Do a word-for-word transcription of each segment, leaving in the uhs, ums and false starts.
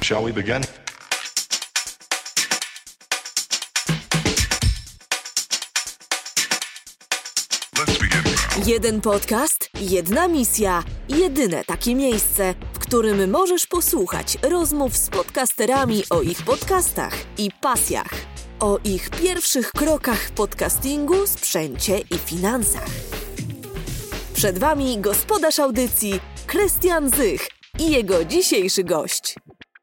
Shall we begin? Let's begin now. Jeden podcast, jedna misja, jedyne takie miejsce, w którym możesz posłuchać rozmów z podcasterami o ich podcastach i pasjach, o ich pierwszych krokach w podcastingu, sprzęcie i finansach. Przed Wami gospodarz audycji Krystian Zych i jego dzisiejszy gość.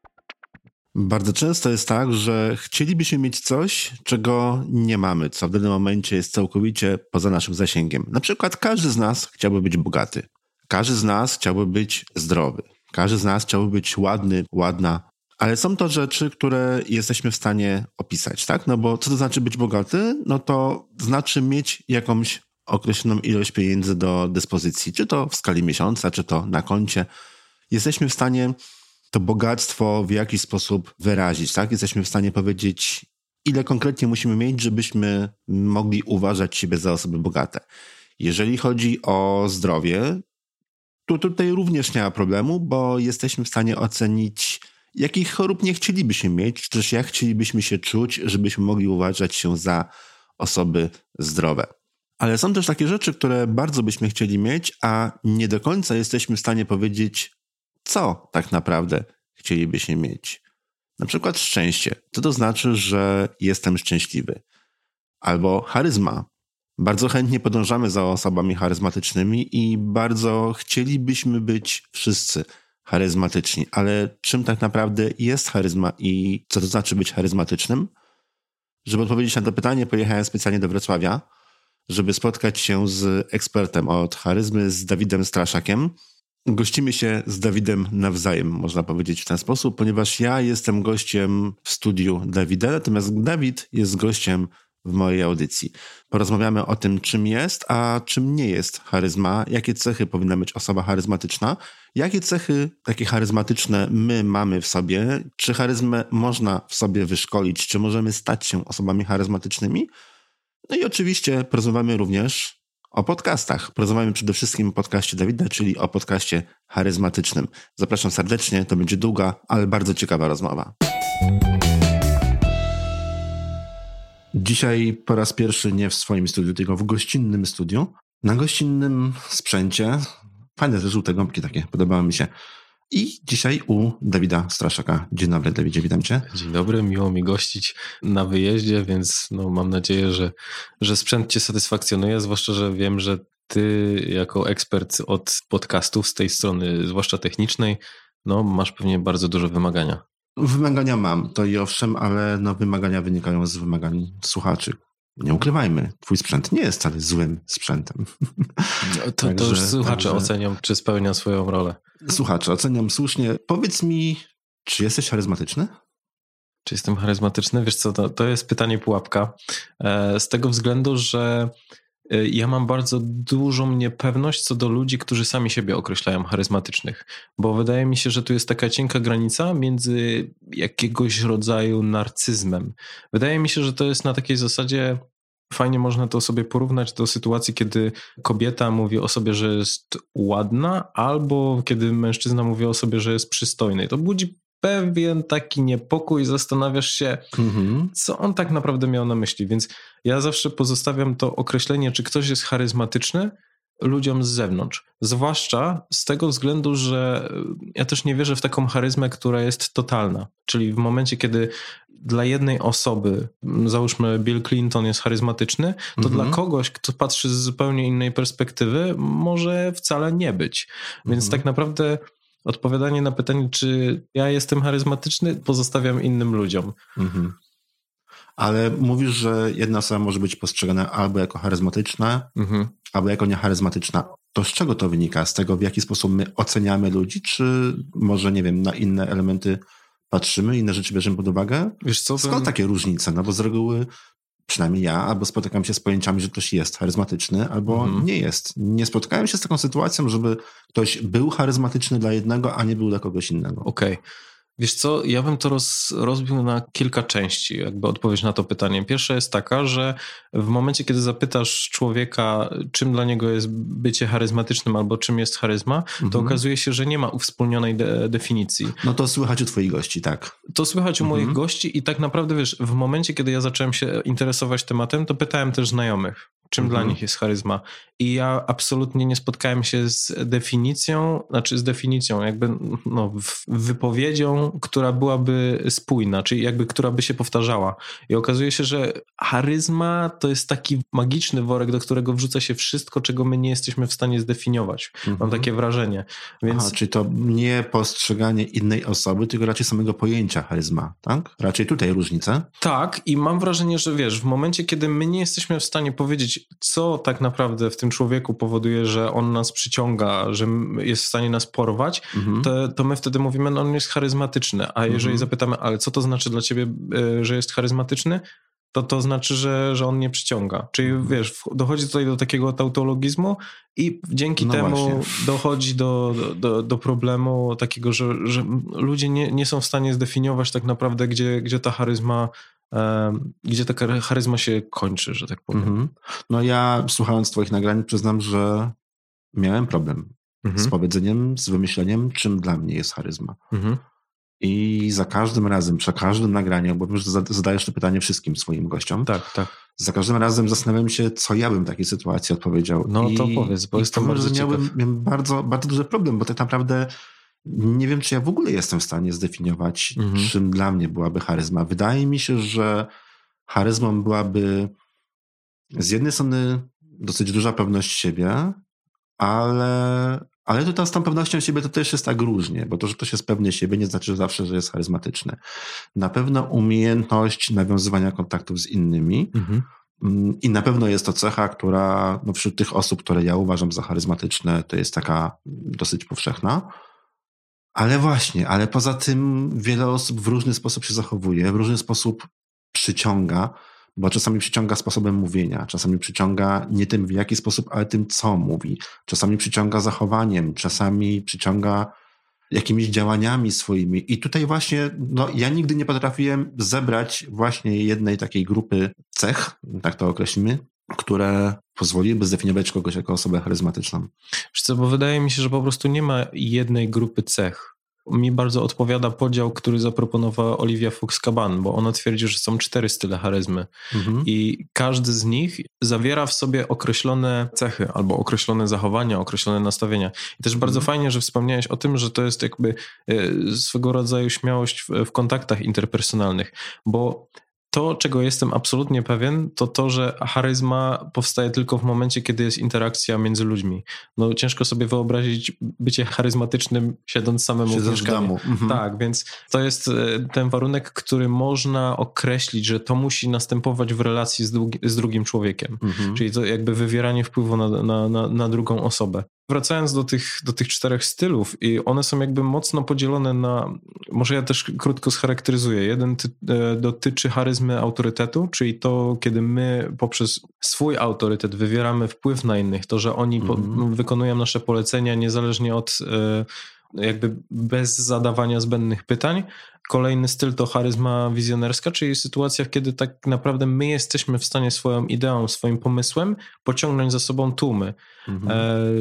Bardzo często jest tak, że chcielibyśmy mieć coś, czego nie mamy, co w danym momencie jest całkowicie poza naszym zasięgiem. Na przykład każdy z nas chciałby być bogaty. Każdy z nas chciałby być zdrowy. Każdy z nas chciałby być ładny, ładna. Ale są to rzeczy, które jesteśmy w stanie opisać, tak? No bo co to znaczy być bogaty? No to znaczy mieć jakąś określoną ilość pieniędzy do dyspozycji. Czy to w skali miesiąca, czy to na koncie. Jesteśmy w stanie to bogactwo w jakiś sposób wyrazić, tak? Jesteśmy w stanie powiedzieć, ile konkretnie musimy mieć, żebyśmy mogli uważać siebie za osoby bogate. Jeżeli chodzi o zdrowie, to tutaj również nie ma problemu, bo jesteśmy w stanie ocenić, jakich chorób nie chcielibyśmy mieć, czy też jak chcielibyśmy się czuć, żebyśmy mogli uważać się za osoby zdrowe. Ale są też takie rzeczy, które bardzo byśmy chcieli mieć, a nie do końca jesteśmy w stanie powiedzieć, co tak naprawdę chcielibyśmy mieć. Na przykład szczęście. Co to znaczy, że jestem szczęśliwy? Albo charyzma. Bardzo chętnie podążamy za osobami charyzmatycznymi i bardzo chcielibyśmy być wszyscy charyzmatyczni. Ale czym tak naprawdę jest charyzma i co to znaczy być charyzmatycznym? Żeby odpowiedzieć na to pytanie, pojechałem specjalnie do Wrocławia, żeby spotkać się z ekspertem od charyzmy, z Dawidem Straszakiem. Gościmy się z Dawidem nawzajem, można powiedzieć w ten sposób, ponieważ ja jestem gościem w studiu Dawida, natomiast Dawid jest gościem w mojej audycji. Porozmawiamy o tym, czym jest, a czym nie jest charyzma, jakie cechy powinna mieć osoba charyzmatyczna, jakie cechy takie charyzmatyczne my mamy w sobie, czy charyzmę można w sobie wyszkolić, czy możemy stać się osobami charyzmatycznymi. No i oczywiście porozmawiamy również o podcastach. Porozmawiamy przede wszystkim o podcaście Dawida, czyli o podcaście charyzmatycznym. Zapraszam serdecznie, to będzie długa, ale bardzo ciekawa rozmowa. Dzisiaj po raz pierwszy nie w swoim studiu, tylko w gościnnym studiu. Na gościnnym sprzęcie. Fajne te żółte gąbki takie, podobały mi się. I dzisiaj u Dawida Straszaka. Dzień dobry, Dawidzie, witam cię. Dzień dobry, miło mi gościć na wyjeździe, więc no, mam nadzieję, że, że sprzęt cię satysfakcjonuje, zwłaszcza, że wiem, że ty jako ekspert od podcastów z tej strony, zwłaszcza technicznej, no masz pewnie bardzo duże wymagania. Wymagania mam, to i owszem, ale no, wymagania wynikają z wymagań słuchaczy. Nie ukrywajmy, twój sprzęt nie jest wcale złym sprzętem. No, to, także, to już słuchacze także... ocenią, czy spełnia swoją rolę. Słuchacze oceniam słusznie. Powiedz mi, czy jesteś charyzmatyczny? Czy jestem charyzmatyczny? Wiesz co, to, to jest pytanie pułapka. Z tego względu, że ja mam bardzo dużą niepewność co do ludzi, którzy sami siebie określają charyzmatycznych, bo wydaje mi się, że tu jest taka cienka granica między jakiegoś rodzaju narcyzmem. Wydaje mi się, że to jest na takiej zasadzie, fajnie można to sobie porównać do sytuacji, kiedy kobieta mówi o sobie, że jest ładna, albo kiedy mężczyzna mówi o sobie, że jest przystojny. To budzi pewien taki niepokój, zastanawiasz się, mm-hmm. co on tak naprawdę miał na myśli. Więc ja zawsze pozostawiam to określenie, czy ktoś jest charyzmatyczny, ludziom z zewnątrz. Zwłaszcza z tego względu, że ja też nie wierzę w taką charyzmę, która jest totalna. Czyli w momencie, kiedy dla jednej osoby, załóżmy Bill Clinton jest charyzmatyczny, to mm-hmm. dla kogoś, kto patrzy z zupełnie innej perspektywy, może wcale nie być. Więc mm-hmm. tak naprawdę odpowiadanie na pytanie, czy ja jestem charyzmatyczny, pozostawiam innym ludziom. Mhm. Ale mówisz, że jedna osoba może być postrzegana albo jako charyzmatyczna, mhm. albo jako niecharyzmatyczna. To z czego to wynika? Z tego, w jaki sposób my oceniamy ludzi? Czy może, nie wiem, na inne elementy patrzymy, inne rzeczy bierzemy pod uwagę? Wiesz co, skąd ten... takie różnice? No bo z reguły, przynajmniej ja, albo spotykam się z pojęciami, że ktoś jest charyzmatyczny, albo mhm. nie jest. Nie spotkałem się z taką sytuacją, żeby ktoś był charyzmatyczny dla jednego, a nie był dla kogoś innego. Okej. Okay. Wiesz co, ja bym to roz, rozbił na kilka części, jakby odpowiedź na to pytanie. Pierwsza jest taka, że w momencie, kiedy zapytasz człowieka, czym dla niego jest bycie charyzmatycznym albo czym jest charyzma, mhm. to okazuje się, że nie ma uwspólnionej de- definicji. No to słychać u twoich gości, tak. To słychać u mhm. moich gości i tak naprawdę, wiesz, w momencie, kiedy ja zacząłem się interesować tematem, to pytałem też znajomych, czym mhm. dla nich jest charyzma. I ja absolutnie nie spotkałem się z definicją, znaczy z definicją, jakby no, wypowiedzią, która byłaby spójna, czyli jakby która by się powtarzała. I okazuje się, że charyzma to jest taki magiczny worek, do którego wrzuca się wszystko, czego my nie jesteśmy w stanie zdefiniować. Mhm. Mam takie wrażenie. Więc... Aha, czyli to nie postrzeganie innej osoby, tylko raczej samego pojęcia charyzma, tak? Raczej tutaj różnica. Tak, i mam wrażenie, że wiesz, w momencie, kiedy my nie jesteśmy w stanie powiedzieć, co tak naprawdę w tym człowieku powoduje, że on nas przyciąga, że jest w stanie nas porwać, mhm. to, to my wtedy mówimy, no on jest charyzmatyczny. A jeżeli mhm. zapytamy, ale co to znaczy dla ciebie, że jest charyzmatyczny? To to znaczy, że, że on nie przyciąga. Czyli mhm. wiesz, dochodzi tutaj do takiego tautologizmu i dzięki no temu właśnie. dochodzi do, do, do problemu takiego, że, że ludzie nie, nie są w stanie zdefiniować tak naprawdę, gdzie, gdzie ta charyzma gdzie ta charyzma się kończy, że tak powiem. Mhm. No ja słuchając twoich nagrań przyznam, że miałem problem mhm. z powiedzeniem, z wymyśleniem, czym dla mnie jest charyzma. Mhm. I za każdym razem, przy każdym nagraniu, bo wiem, że zadajesz to pytanie wszystkim swoim gościom. Tak, tak. Za każdym razem zastanawiam się, co ja bym w takiej sytuacji odpowiedział. No I, to powiedz, bo jestem bardzo ciekaw. Miałem, miałem bardzo, bardzo duży problem, bo tak naprawdę nie wiem, czy ja w ogóle jestem w stanie zdefiniować, mhm. czym dla mnie byłaby charyzma. Wydaje mi się, że charyzmą byłaby z jednej strony dosyć duża pewność siebie, ale, ale to z tą pewnością siebie to też jest tak różnie, bo to, że ktoś jest pewny siebie, nie znaczy że zawsze, że jest charyzmatyczny. Na pewno umiejętność nawiązywania kontaktów z innymi mhm. i na pewno jest to cecha, która no, wśród tych osób, które ja uważam za charyzmatyczne, to jest taka dosyć powszechna. Ale właśnie, ale poza tym wiele osób w różny sposób się zachowuje, w różny sposób przyciąga, bo czasami przyciąga sposobem mówienia, czasami przyciąga nie tym w jaki sposób, ale tym co mówi, czasami przyciąga zachowaniem, czasami przyciąga jakimiś działaniami swoimi i tutaj właśnie no, ja nigdy nie potrafiłem zebrać właśnie jednej takiej grupy cech, tak to określimy, które pozwoliłyby zdefiniować kogoś jako osobę charyzmatyczną. Wiesz co, bo wydaje mi się, że po prostu nie ma jednej grupy cech. Mi bardzo odpowiada podział, który zaproponowała Olivia Fox-Caban, bo ona twierdzi, że są cztery style charyzmy mhm. i każdy z nich zawiera w sobie określone cechy albo określone zachowania, określone nastawienia. I też bardzo mhm. fajnie, że wspomniałeś o tym, że to jest jakby swego rodzaju śmiałość w, w kontaktach interpersonalnych, bo to, czego jestem absolutnie pewien, to to, że charyzma powstaje tylko w momencie, kiedy jest interakcja między ludźmi. No ciężko sobie wyobrazić bycie charyzmatycznym siedząc samemu Siedząc w domu. Mhm. Tak, więc to jest ten warunek, który można określić, że to musi następować w relacji z, długi, z drugim człowiekiem. Mhm. Czyli to jakby wywieranie wpływu na, na, na, na drugą osobę. Wracając do tych, do tych czterech stylów i one są jakby mocno podzielone na, może ja też krótko scharakteryzuję. Jeden ty, dotyczy charyzmy autorytetu, czyli to, kiedy my poprzez swój autorytet wywieramy wpływ na innych, to, że oni mm-hmm. po, wykonują nasze polecenia niezależnie od jakby bez zadawania zbędnych pytań. Kolejny styl to charyzma wizjonerska, czyli sytuacja, kiedy tak naprawdę my jesteśmy w stanie swoją ideą, swoim pomysłem pociągnąć za sobą tłumy. Mhm.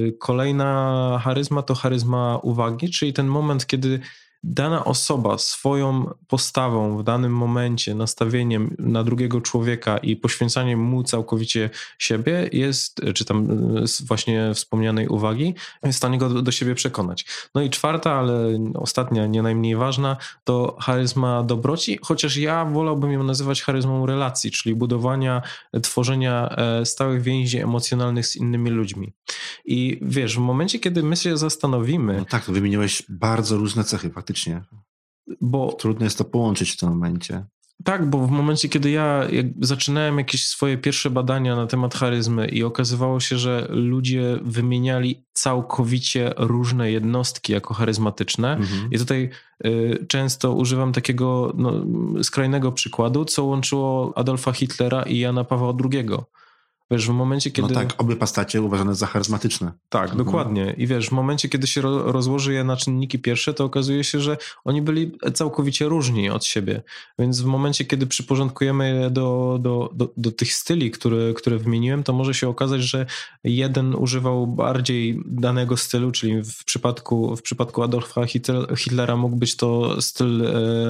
Kolejna charyzma to charyzma uwagi, czyli ten moment, kiedy dana osoba swoją postawą w danym momencie, nastawieniem na drugiego człowieka i poświęcaniem mu całkowicie siebie jest, czy tam właśnie wspomnianej uwagi, jest w stanie go do, do siebie przekonać. No i czwarta, ale ostatnia, nie najmniej ważna, to charyzma dobroci, chociaż ja wolałbym ją nazywać charyzmą relacji, czyli budowania, tworzenia stałych więzi emocjonalnych z innymi ludźmi. I wiesz, w momencie, kiedy my się zastanowimy... No tak, to wymieniłeś bardzo różne cechy, faktycznie. Bo trudno jest to połączyć w tym momencie. Tak, bo w momencie, kiedy ja jak zaczynałem jakieś swoje pierwsze badania na temat charyzmy i okazywało się, że ludzie wymieniali całkowicie różne jednostki jako charyzmatyczne mhm. i tutaj y, często używam takiego no, skrajnego przykładu, co łączyło Adolfa Hitlera i Jana Pawła drugiego. Wiesz, w momencie, kiedy... No tak, obie postacie uważane za charyzmatyczne. Tak, mhm. dokładnie. I wiesz, w momencie, kiedy się ro- rozłoży je na czynniki pierwsze, to okazuje się, że oni byli całkowicie różni od siebie. Więc w momencie, kiedy przyporządkujemy je do, do, do, do tych styli, które, które wymieniłem, to może się okazać, że jeden używał bardziej danego stylu, czyli w przypadku, w przypadku Adolfa Hitlera mógł być to styl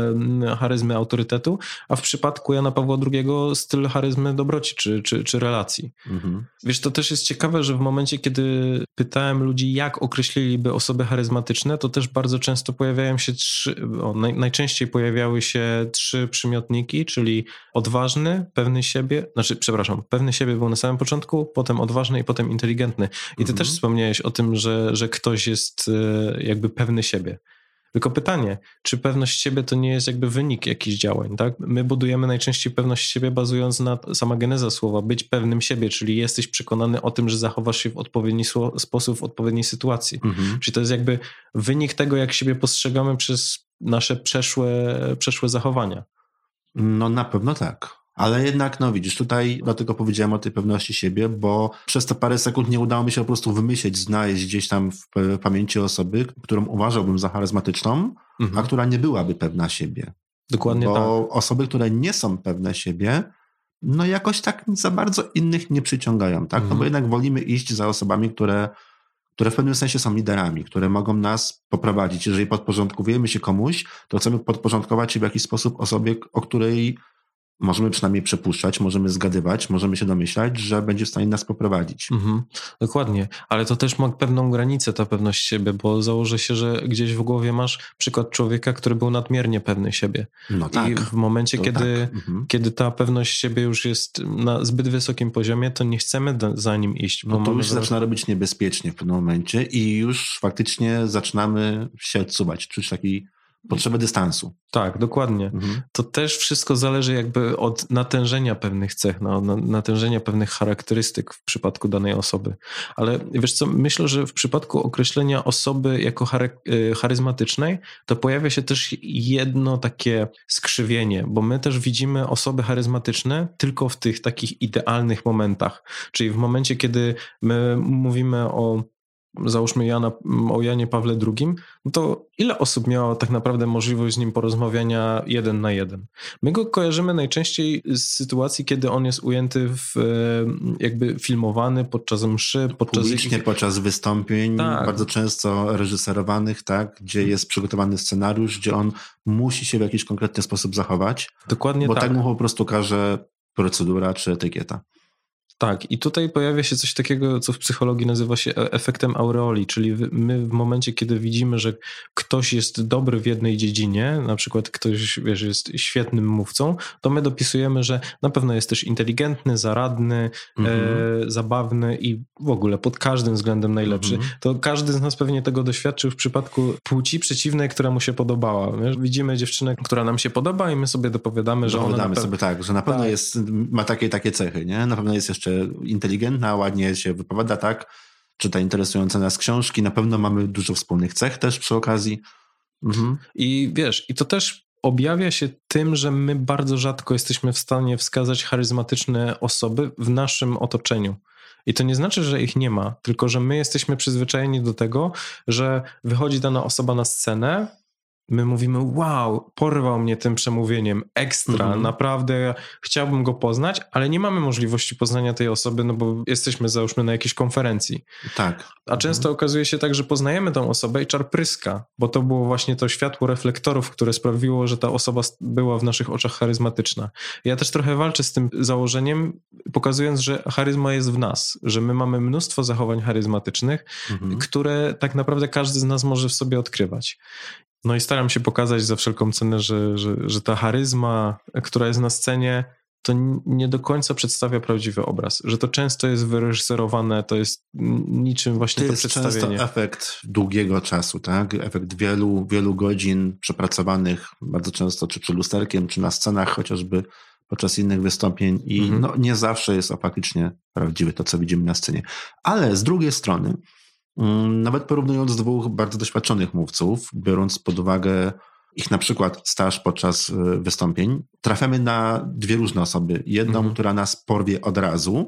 e, charyzmy autorytetu, a w przypadku Jana Pawła drugiego styl charyzmy dobroci czy, czy, czy relacji. Mhm. Wiesz, to też jest ciekawe, że w momencie, kiedy pytałem ludzi, jak określiliby osoby charyzmatyczne, to też bardzo często pojawiają się trzy, o, naj, najczęściej pojawiały się trzy przymiotniki, czyli odważny, pewny siebie, znaczy, przepraszam, pewny siebie był na samym początku, potem odważny i potem inteligentny. I ty mhm. też wspomniałeś o tym, że, że ktoś jest jakby pewny siebie. Tylko pytanie, czy pewność siebie to nie jest jakby wynik jakichś działań, tak? My budujemy najczęściej pewność siebie bazując na sama geneza słowa, być pewnym siebie, czyli jesteś przekonany o tym, że zachowasz się w odpowiedni sposób, w odpowiedniej sytuacji. Mhm. Czyli to jest jakby wynik tego, jak siebie postrzegamy przez nasze przeszłe, przeszłe zachowania. No na pewno tak. Ale jednak, no widzisz, tutaj dlatego powiedziałem o tej pewności siebie, bo przez te parę sekund nie udało mi się po prostu wymyśleć, znaleźć gdzieś tam w pamięci osoby, którą uważałbym za charyzmatyczną, mhm. a która nie byłaby pewna siebie. Dokładnie bo tak. Bo osoby, które nie są pewne siebie, no jakoś tak za bardzo innych nie przyciągają, tak? Mhm. No bo jednak wolimy iść za osobami, które, które w pewnym sensie są liderami, które mogą nas poprowadzić. Jeżeli podporządkujemy się komuś, to chcemy podporządkować się w jakiś sposób osobie, o której możemy przynajmniej przypuszczać, możemy zgadywać, możemy się domyślać, że będzie w stanie nas poprowadzić. Mhm, dokładnie, ale to też ma pewną granicę, ta pewność siebie, bo założę się, że gdzieś w głowie masz przykład człowieka, który był nadmiernie pewny siebie. No tak. I w momencie, kiedy, tak. mhm. kiedy ta pewność siebie już jest na zbyt wysokim poziomie, to nie chcemy za nim iść. No to już zaraz... zaczyna robić niebezpiecznie w pewnym momencie i już faktycznie zaczynamy się odsuwać, czuć taki potrzebę dystansu. Tak, dokładnie. Mhm. To też wszystko zależy jakby od natężenia pewnych cech, no, natężenia pewnych charakterystyk w przypadku danej osoby. Ale wiesz co, myślę, że w przypadku określenia osoby jako charyzmatycznej, to pojawia się też jedno takie skrzywienie, bo my też widzimy osoby charyzmatyczne tylko w tych takich idealnych momentach. Czyli w momencie, kiedy my mówimy o załóżmy Jana, o Janie Pawle drugim, no to ile osób miało tak naprawdę możliwość z nim porozmawiania jeden na jeden? My go kojarzymy najczęściej z sytuacji, kiedy on jest ujęty w, jakby filmowany podczas mszy, podczas... Publicznie, jakich... podczas wystąpień, tak. bardzo często reżyserowanych, tak, gdzie jest przygotowany scenariusz, gdzie on musi się w jakiś konkretny sposób zachować. Dokładnie bo tak. tak mu po prostu każe procedura czy etykieta. Tak, i tutaj pojawia się coś takiego, co w psychologii nazywa się efektem aureoli, czyli my w momencie, kiedy widzimy, że ktoś jest dobry w jednej dziedzinie, na przykład ktoś, wiesz, jest świetnym mówcą, to my dopisujemy, że na pewno jest też inteligentny, zaradny, mhm. e, zabawny i w ogóle pod każdym względem najlepszy. Mhm. To każdy z nas pewnie tego doświadczył w przypadku płci przeciwnej, która mu się podobała. Wiesz? Widzimy dziewczynę, która nam się podoba i my sobie dopowiadamy, że dopowiadamy ona... sobie tak, że na pewno tak. jest, ma takie takie cechy, nie? Na pewno jest jeszcze inteligentna, ładnie się wypowiada, tak? Czyta interesujące nas książki, na pewno mamy dużo wspólnych cech też przy okazji. Mhm. I wiesz, i to też objawia się tym, że my bardzo rzadko jesteśmy w stanie wskazać charyzmatyczne osoby w naszym otoczeniu. I to nie znaczy, że ich nie ma, tylko że my jesteśmy przyzwyczajeni do tego, że wychodzi dana osoba na scenę, my mówimy, wow, porwał mnie tym przemówieniem, ekstra, mhm. naprawdę chciałbym go poznać, ale nie mamy możliwości poznania tej osoby, no bo jesteśmy załóżmy na jakiejś konferencji. Tak. A często mhm. okazuje się tak, że poznajemy tą osobę i czar pryska, bo to było właśnie to światło reflektorów, które sprawiło, że ta osoba była w naszych oczach charyzmatyczna. Ja też trochę walczę z tym założeniem, pokazując, że charyzma jest w nas, że my mamy mnóstwo zachowań charyzmatycznych, mhm. które tak naprawdę każdy z nas może w sobie odkrywać. No i staram się pokazać za wszelką cenę, że, że, że ta charyzma, która jest na scenie, to nie do końca przedstawia prawdziwy obraz. Że to często jest wyreżyserowane, to jest niczym właśnie to, to jest przedstawienie. To jest często efekt długiego czasu, tak? Efekt wielu, wielu godzin przepracowanych bardzo często czy, czy lusterkiem, czy na scenach chociażby podczas innych wystąpień i mhm. no, nie zawsze jest faktycznie prawdziwe to, co widzimy na scenie. Ale z drugiej strony nawet porównując dwóch bardzo doświadczonych mówców, biorąc pod uwagę ich na przykład staż podczas wystąpień, trafiamy na dwie różne osoby. Jedną, mhm. która nas porwie od razu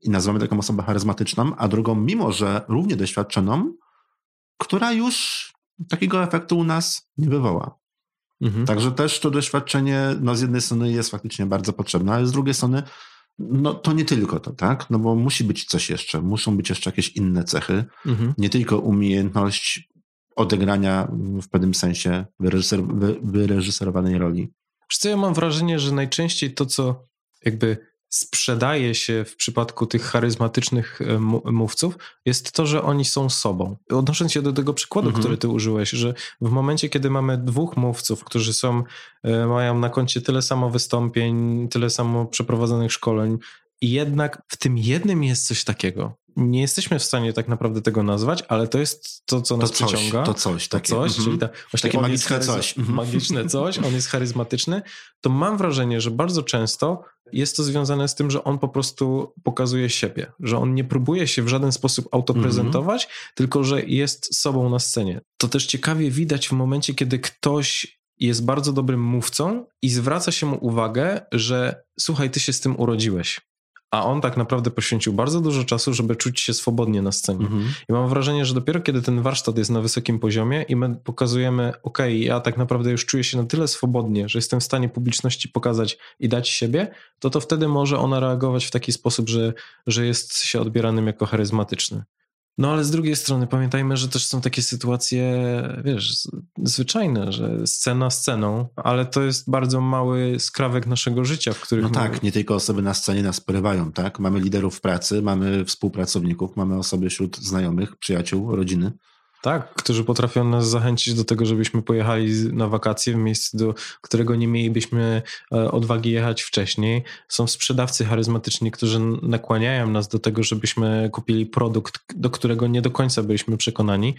i nazywamy taką osobę charyzmatyczną, a drugą, mimo że równie doświadczoną, która już takiego efektu u nas nie wywoła. Mhm. Także też to doświadczenie no z jednej strony jest faktycznie bardzo potrzebne, ale z drugiej strony no to nie tylko to, tak? No bo musi być coś jeszcze, muszą być jeszcze jakieś inne cechy, mhm. nie tylko umiejętność odegrania w pewnym sensie wyreżyser, wy, wyreżyserowanej roli. Wiesz co, ja mam wrażenie, że najczęściej to, co jakby sprzedaje się w przypadku tych charyzmatycznych mówców, jest to, że oni są sobą. Odnosząc się do tego przykładu, mhm. który ty użyłeś, że w momencie, kiedy mamy dwóch mówców, którzy są, mają na koncie tyle samo wystąpień, tyle samo przeprowadzonych szkoleń i jednak w tym jednym jest coś takiego. Nie jesteśmy w stanie tak naprawdę tego nazwać, ale to jest to, co nas to coś, przyciąga. To coś. To takie. coś, Mhm. czyli ta, właśnie takie on magiczne jest charyz- coś. Magiczne coś, on jest charyzmatyczny. To mam wrażenie, że bardzo często jest to związane z tym, że on po prostu pokazuje siebie, że on nie próbuje się w żaden sposób autoprezentować, mhm. tylko że jest sobą na scenie. To też ciekawie widać w momencie, kiedy ktoś jest bardzo dobrym mówcą i zwraca się mu uwagę, że słuchaj, ty się z tym urodziłeś. A on tak naprawdę poświęcił bardzo dużo czasu, żeby czuć się swobodnie na scenie. Mhm. I mam wrażenie, że dopiero kiedy ten warsztat jest na wysokim poziomie i my pokazujemy, okej, okay, ja tak naprawdę już czuję się na tyle swobodnie, że jestem w stanie publiczności pokazać i dać siebie, to to wtedy może ona reagować w taki sposób, że, że jest się odbieranym jako charyzmatyczny. No ale z drugiej strony pamiętajmy, że też są takie sytuacje, wiesz, zwyczajne, że scena sceną, ale to jest bardzo mały skrawek naszego życia, w których... No tak, my... nie tylko osoby na scenie nas porywają, tak? Mamy liderów w pracy, mamy współpracowników, mamy osoby wśród znajomych, przyjaciół, rodziny. Tak, którzy potrafią nas zachęcić do tego, żebyśmy pojechali na wakacje w miejsce, do którego nie mielibyśmy odwagi jechać wcześniej. Są sprzedawcy charyzmatyczni, którzy nakłaniają nas do tego, żebyśmy kupili produkt, do którego nie do końca byliśmy przekonani.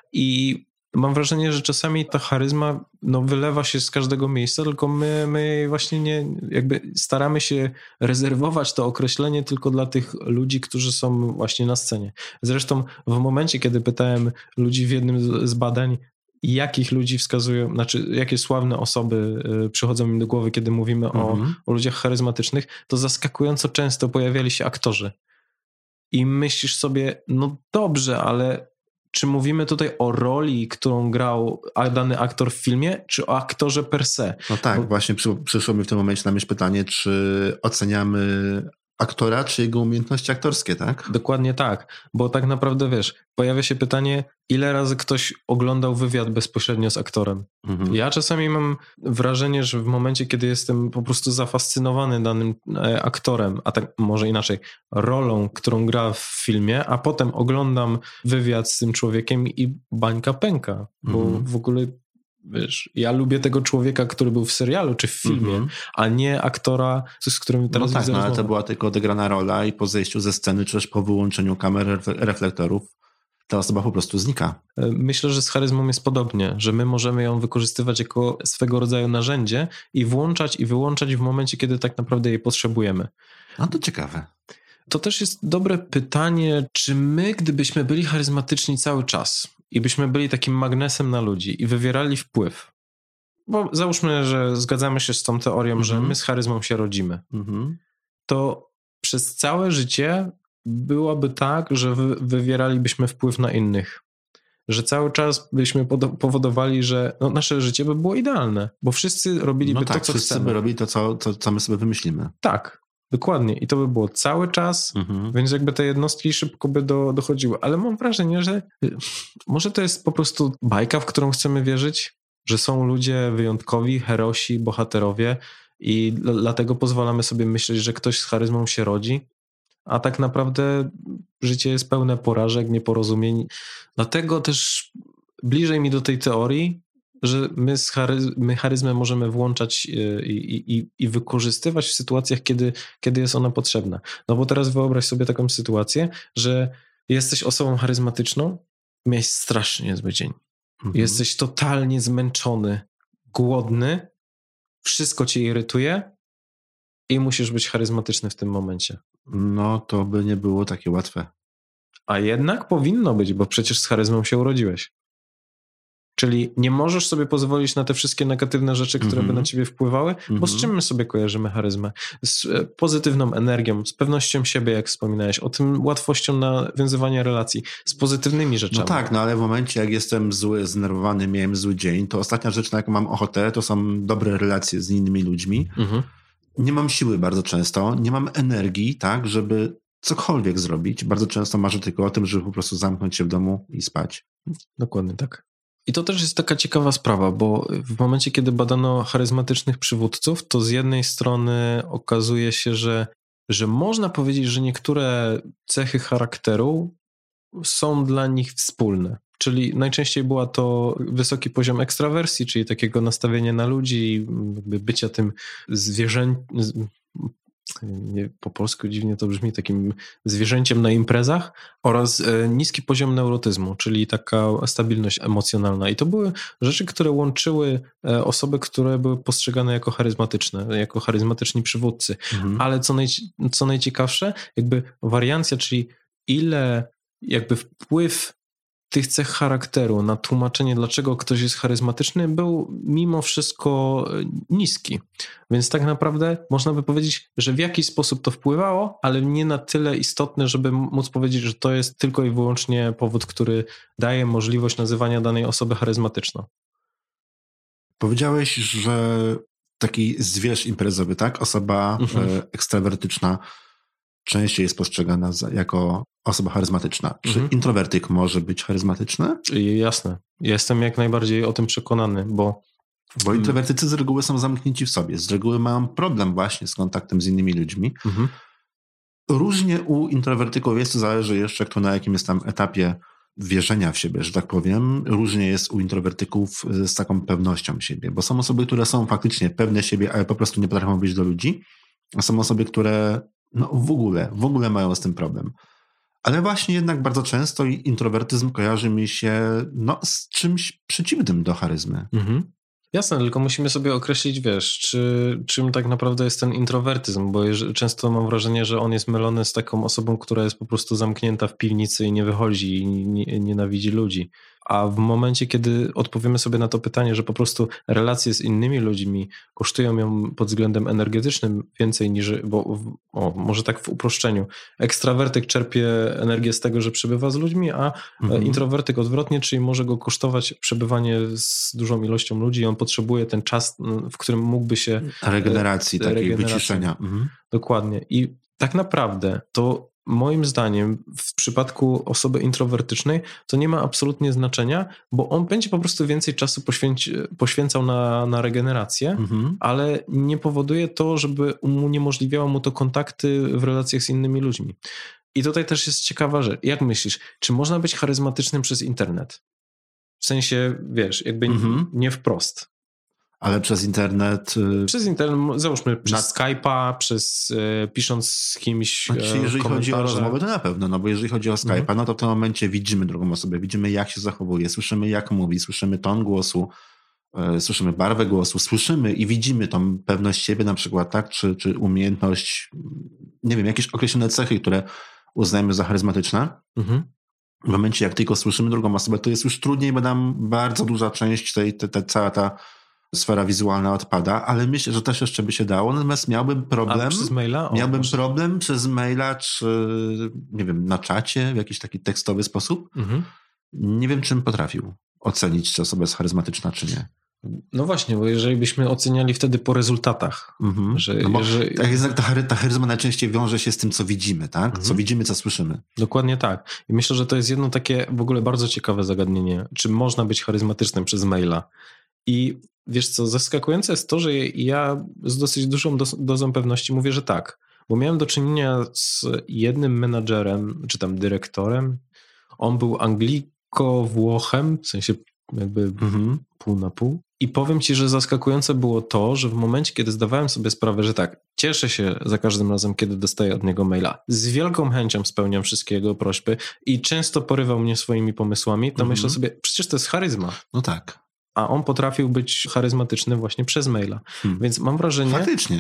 I mam wrażenie, że czasami ta charyzma no, wylewa się z każdego miejsca, tylko my, my właśnie nie, jakby staramy się rezerwować to określenie tylko dla tych ludzi, którzy są właśnie na scenie. Zresztą w momencie, kiedy pytałem ludzi w jednym z badań, jakich ludzi wskazują, znaczy jakie sławne osoby przychodzą im do głowy, kiedy mówimy mhm. o, o ludziach charyzmatycznych, to zaskakująco często pojawiali się aktorzy. I myślisz sobie, no dobrze, ale czy mówimy tutaj o roli, którą grał dany aktor w filmie, czy o aktorze per se? No tak, Bo... właśnie przy, przyszło mi w tym momencie na myśl pytanie, czy oceniamy aktora, czy jego umiejętności aktorskie, tak? Dokładnie tak, bo tak naprawdę wiesz, pojawia się pytanie, ile razy ktoś oglądał wywiad bezpośrednio z aktorem. Mhm. Ja czasami mam wrażenie, że w momencie, kiedy jestem po prostu zafascynowany danym aktorem, a tak może inaczej, rolą, którą gra w filmie, a potem oglądam wywiad z tym człowiekiem i bańka pęka, bo mhm. w ogóle wiesz, ja lubię tego człowieka, który był w serialu czy w filmie, mm-hmm. a nie aktora, z którym teraz no widzę tak, no, ale rozmowę. to była tylko odegrana rola i po zejściu ze sceny, czy też po wyłączeniu kamer, reflektorów, ta osoba po prostu znika. Myślę, że z charyzmą jest podobnie, że my możemy ją wykorzystywać jako swego rodzaju narzędzie i włączać i wyłączać w momencie, kiedy tak naprawdę jej potrzebujemy. No to ciekawe. To też jest dobre pytanie, czy my, gdybyśmy byli charyzmatyczni cały czas i byśmy byli takim magnesem na ludzi i wywierali wpływ, bo załóżmy, że zgadzamy się z tą teorią, mm-hmm. że my z charyzmą się rodzimy, mm-hmm. to przez całe życie byłoby tak, że wy, wywieralibyśmy wpływ na innych. Że cały czas byśmy powodowali, że no, nasze życie by było idealne, bo wszyscy robiliby no tak, to, co wszyscy chcemy. by robili to, co, co, co my sobie wymyślimy. Tak. Dokładnie. I to by było cały czas, mhm. więc jakby te jednostki szybko by do, dochodziły. Ale mam wrażenie, że może to jest po prostu bajka, w którą chcemy wierzyć, że są ludzie wyjątkowi, herosi, bohaterowie i dlatego pozwalamy sobie myśleć, że ktoś z charyzmą się rodzi, a tak naprawdę życie jest pełne porażek, nieporozumień. Dlatego też bliżej mi do tej teorii, że my, z charyz- my charyzmę możemy włączać i, i, i wykorzystywać w sytuacjach, kiedy, kiedy jest ona potrzebna. No bo teraz wyobraź sobie taką sytuację, że jesteś osobą charyzmatyczną, miałeś strasznie zły dzień. Mhm. Jesteś totalnie zmęczony, głodny, wszystko cię irytuje i musisz być charyzmatyczny w tym momencie. No to by nie było takie łatwe. A jednak powinno być, bo przecież z charyzmą się urodziłeś. Czyli nie możesz sobie pozwolić na te wszystkie negatywne rzeczy, które mm-hmm. by na ciebie wpływały, mm-hmm. bo z czym my sobie kojarzymy charyzmę? Z pozytywną energią, z pewnością siebie, jak wspominałeś, o tym łatwością nawiązywania relacji, z pozytywnymi rzeczami. No tak, no ale w momencie, jak jestem zły, zdenerwowany, miałem zły dzień, to ostatnia rzecz, na jaką mam ochotę, to są dobre relacje z innymi ludźmi. Mm-hmm. Nie mam siły bardzo często, nie mam energii, tak, żeby cokolwiek zrobić. Bardzo często marzę tylko o tym, żeby po prostu zamknąć się w domu i spać. Dokładnie tak. I to też jest taka ciekawa sprawa, bo w momencie, kiedy badano charyzmatycznych przywódców, to z jednej strony okazuje się, że, że można powiedzieć, że niektóre cechy charakteru są dla nich wspólne. Czyli najczęściej była to wysoki poziom ekstrawersji, czyli takiego nastawienia na ludzi, jakby bycia tym zwierzę... Nie, po polsku dziwnie to brzmi, takim zwierzęciem na imprezach, oraz e, niski poziom neurotyzmu, czyli taka stabilność emocjonalna. I to były rzeczy, które łączyły e, osoby, które były postrzegane jako charyzmatyczne, jako charyzmatyczni przywódcy. Mhm. Ale co, naj, co najciekawsze, jakby wariancja, czyli ile jakby wpływ tych cech charakteru na tłumaczenie, dlaczego ktoś jest charyzmatyczny, był mimo wszystko niski. Więc tak naprawdę można by powiedzieć, że w jakiś sposób to wpływało, ale nie na tyle istotne, żeby móc powiedzieć, że to jest tylko i wyłącznie powód, który daje możliwość nazywania danej osoby charyzmatyczną. Powiedziałeś, że taki zwierz imprezowy, tak? Osoba mhm. ekstrawertyczna częściej jest postrzegana jako osoba charyzmatyczna. Czy mhm. introwertyk może być charyzmatyczny? Jasne. Jestem jak najbardziej o tym przekonany, bo... Bo introwertycy z reguły są zamknięci w sobie. Z reguły mają problem właśnie z kontaktem z innymi ludźmi. Mhm. Różnie u introwertyków jest, to zależy jeszcze kto na jakim jest tam etapie wierzenia w siebie, że tak powiem. Różnie jest u introwertyków z taką pewnością siebie, bo są osoby, które są faktycznie pewne siebie, ale po prostu nie potrafią wyjść do ludzi, a są osoby, które no w ogóle, w ogóle mają z tym problem. Ale właśnie jednak bardzo często introwertyzm kojarzy mi się no, z czymś przeciwnym do charyzmy. Mhm. Jasne, tylko musimy sobie określić, wiesz, czy, czym tak naprawdę jest ten introwertyzm, bo jeż, często mam wrażenie, że on jest mylony z taką osobą, która jest po prostu zamknięta w piwnicy i nie wychodzi i nie, nienawidzi ludzi. A w momencie, kiedy odpowiemy sobie na to pytanie, że po prostu relacje z innymi ludźmi kosztują ją pod względem energetycznym więcej niż, bo o, może tak w uproszczeniu, ekstrawertyk czerpie energię z tego, że przebywa z ludźmi, a mhm. introwertyk odwrotnie, czyli może go kosztować przebywanie z dużą ilością ludzi i on potrzebuje ten czas, w którym mógłby się... Regeneracji, takiej regeneracji. Wyciszenia. Mhm. Dokładnie. I tak naprawdę to moim zdaniem w przypadku osoby introwertycznej to nie ma absolutnie znaczenia, bo on będzie po prostu więcej czasu poświęci, poświęcał na, na regenerację, mhm. ale nie powoduje to, żeby uniemożliwiało mu to kontakty w relacjach z innymi ludźmi. I tutaj też jest ciekawa rzecz. Jak myślisz, czy można być charyzmatycznym przez internet? W sensie, wiesz, jakby mhm. nie wprost. Ale przez internet... Przez internet, załóżmy przez na... Skype'a, przez e, pisząc z kimś znaczy, jeżeli chodzi o rozmowę, to na pewno, no bo jeżeli chodzi o Skype'a, mhm. no to w tym momencie widzimy drugą osobę, widzimy jak się zachowuje, słyszymy jak mówi, słyszymy ton głosu, e, słyszymy barwę głosu, słyszymy i widzimy tą pewność siebie na przykład, tak, czy, czy umiejętność, nie wiem, jakieś określone cechy, które uznajemy za charyzmatyczne. Mhm. W momencie jak tylko słyszymy drugą osobę, to jest już trudniej, bo nam bardzo duża część tej, te, te, cała ta sfera wizualna odpada, ale myślę, że też jeszcze by się dało, natomiast miałbym problem... A przez maila? O, miałbym może... problem przez maila, czy nie wiem, na czacie, w jakiś taki tekstowy sposób. Mhm. Nie wiem, czym potrafił ocenić, czy osoba jest charyzmatyczna, czy nie. No właśnie, bo jeżeli byśmy oceniali wtedy po rezultatach, mhm. że... No bo jeżeli... tak jest, ta, ta charyzma najczęściej wiąże się z tym, co widzimy, tak? Mhm. Co widzimy, co słyszymy. Dokładnie tak. I myślę, że to jest jedno takie w ogóle bardzo ciekawe zagadnienie. Czy można być charyzmatycznym przez maila? I wiesz co, zaskakujące jest to, że ja z dosyć dużą dozą pewności mówię, że tak. Bo miałem do czynienia z jednym menadżerem, czy tam dyrektorem. On był Angliko-Włochem, w sensie jakby mhm. pół na pół. I powiem ci, że zaskakujące było to, że w momencie, kiedy zdawałem sobie sprawę, że tak, cieszę się za każdym razem, kiedy dostaję od niego maila. Z wielką chęcią spełniam wszystkie jego prośby i często porywał mnie swoimi pomysłami, to mhm. myślę sobie, przecież to jest charyzma. No tak. A on potrafił być charyzmatyczny właśnie przez maila. Hmm. Więc mam wrażenie... Faktycznie.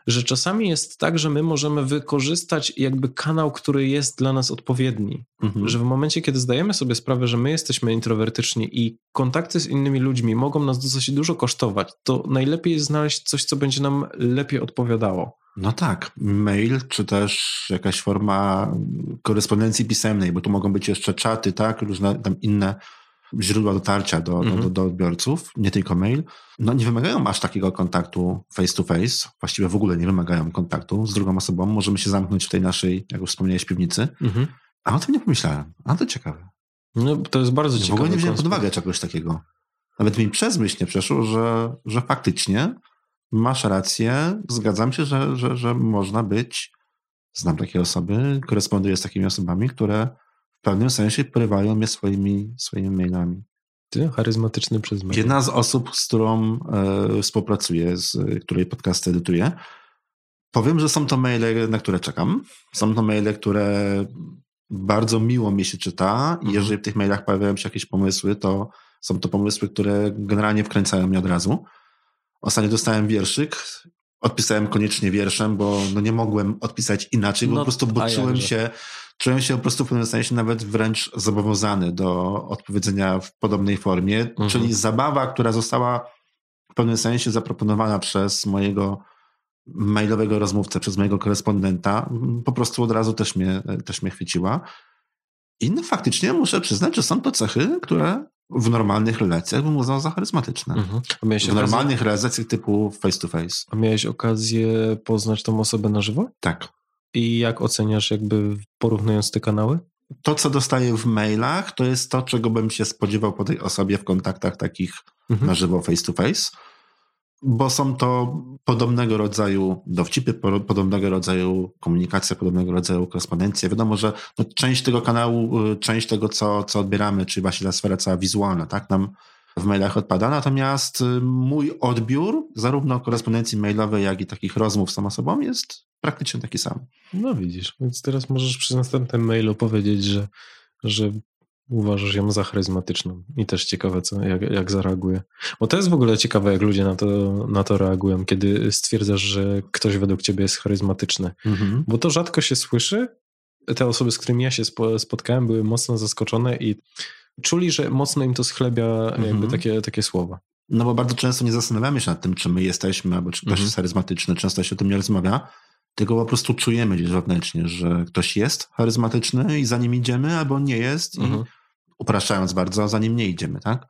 że czasami jest tak, że my możemy wykorzystać jakby kanał, który jest dla nas odpowiedni. Mhm. Że w momencie, kiedy zdajemy sobie sprawę, że my jesteśmy introwertyczni i kontakty z innymi ludźmi mogą nas dosyć dużo kosztować, to najlepiej jest znaleźć coś, co będzie nam lepiej odpowiadało. No tak, mail, czy też jakaś forma korespondencji pisemnej, bo tu mogą być jeszcze czaty, tak, różne tam inne źródła dotarcia do, mhm. do, do odbiorców, nie tylko mail. No nie wymagają aż takiego kontaktu face to face, właściwie w ogóle nie wymagają kontaktu z drugą osobą. Możemy się zamknąć w tej naszej, jak już wspomniałeś, piwnicy. Mhm. A o tym nie pomyślałem. A to ciekawe. No to jest bardzo ciekawe. W ogóle nie wziąłem pod uwagę czegoś takiego. Nawet mi przez myśl nie przeszło, że, że faktycznie masz rację, zgadzam się, że, że, że można być, znam takie osoby, koresponduję z takimi osobami, które w pewnym sensie porywają mnie swoimi, swoimi mailami. Ty, charyzmatyczny przez mail. Jedna z osób, z którą e, współpracuję, z której podcasty edytuję, powiem, że są to maile, na które czekam. Są to maile, które bardzo miło mi się czyta. Mhm. Jeżeli w tych mailach pojawiają się jakieś pomysły, to są to pomysły, które generalnie wkręcają mnie od razu. Ostatnio dostałem wierszyk, odpisałem koniecznie wierszem, bo no nie mogłem odpisać inaczej, bo no, po prostu bo czułem się, czułem się po prostu w pewnym sensie nawet wręcz zobowiązany do odpowiedzenia w podobnej formie, mhm. czyli zabawa, która została w pewnym sensie zaproponowana przez mojego mailowego rozmówcę, przez mojego korespondenta, po prostu od razu też mnie, też mnie chwyciła. I no faktycznie muszę przyznać, że są to cechy, które w normalnych relacjach bym uznał za charyzmatyczne. Mhm. W okazję... normalnych relacjach typu face to face. A miałeś okazję poznać tą osobę na żywo? Tak. I jak oceniasz jakby porównując te kanały? To, co dostaję w mailach, to jest to, czego bym się spodziewał po tej osobie w kontaktach takich mhm. na żywo face to face, bo są to podobnego rodzaju dowcipy, podobnego rodzaju komunikacja, podobnego rodzaju korespondencja. Wiadomo, że no, część tego kanału, część tego, co, co odbieramy, czyli właśnie ta sfera cała wizualna, tak, nam w mailach odpada, natomiast mój odbiór zarówno korespondencji mailowej, jak i takich rozmów z tą osobą jest praktycznie taki sam. No widzisz, więc teraz możesz przy następnym mailu powiedzieć, że, że uważasz ją za charyzmatyczną i też ciekawe, co, jak, jak zareaguje. Bo to jest w ogóle ciekawe, jak ludzie na to, na to reagują, kiedy stwierdzasz, że ktoś według ciebie jest charyzmatyczny. Mhm. Bo to rzadko się słyszy. Te osoby, z którymi ja się spotkałem, były mocno zaskoczone i czuli, że mocno im to schlebia jakby mhm. takie, takie słowa. No bo bardzo często nie zastanawiamy się nad tym, czy my jesteśmy, albo czy ktoś mhm. jest charyzmatyczny. Często się o tym nie rozmawia. Tylko po prostu czujemy gdzieś wewnętrznie, że ktoś jest charyzmatyczny i za nim idziemy, albo nie jest mhm. i upraszczając bardzo, za nim nie idziemy, tak?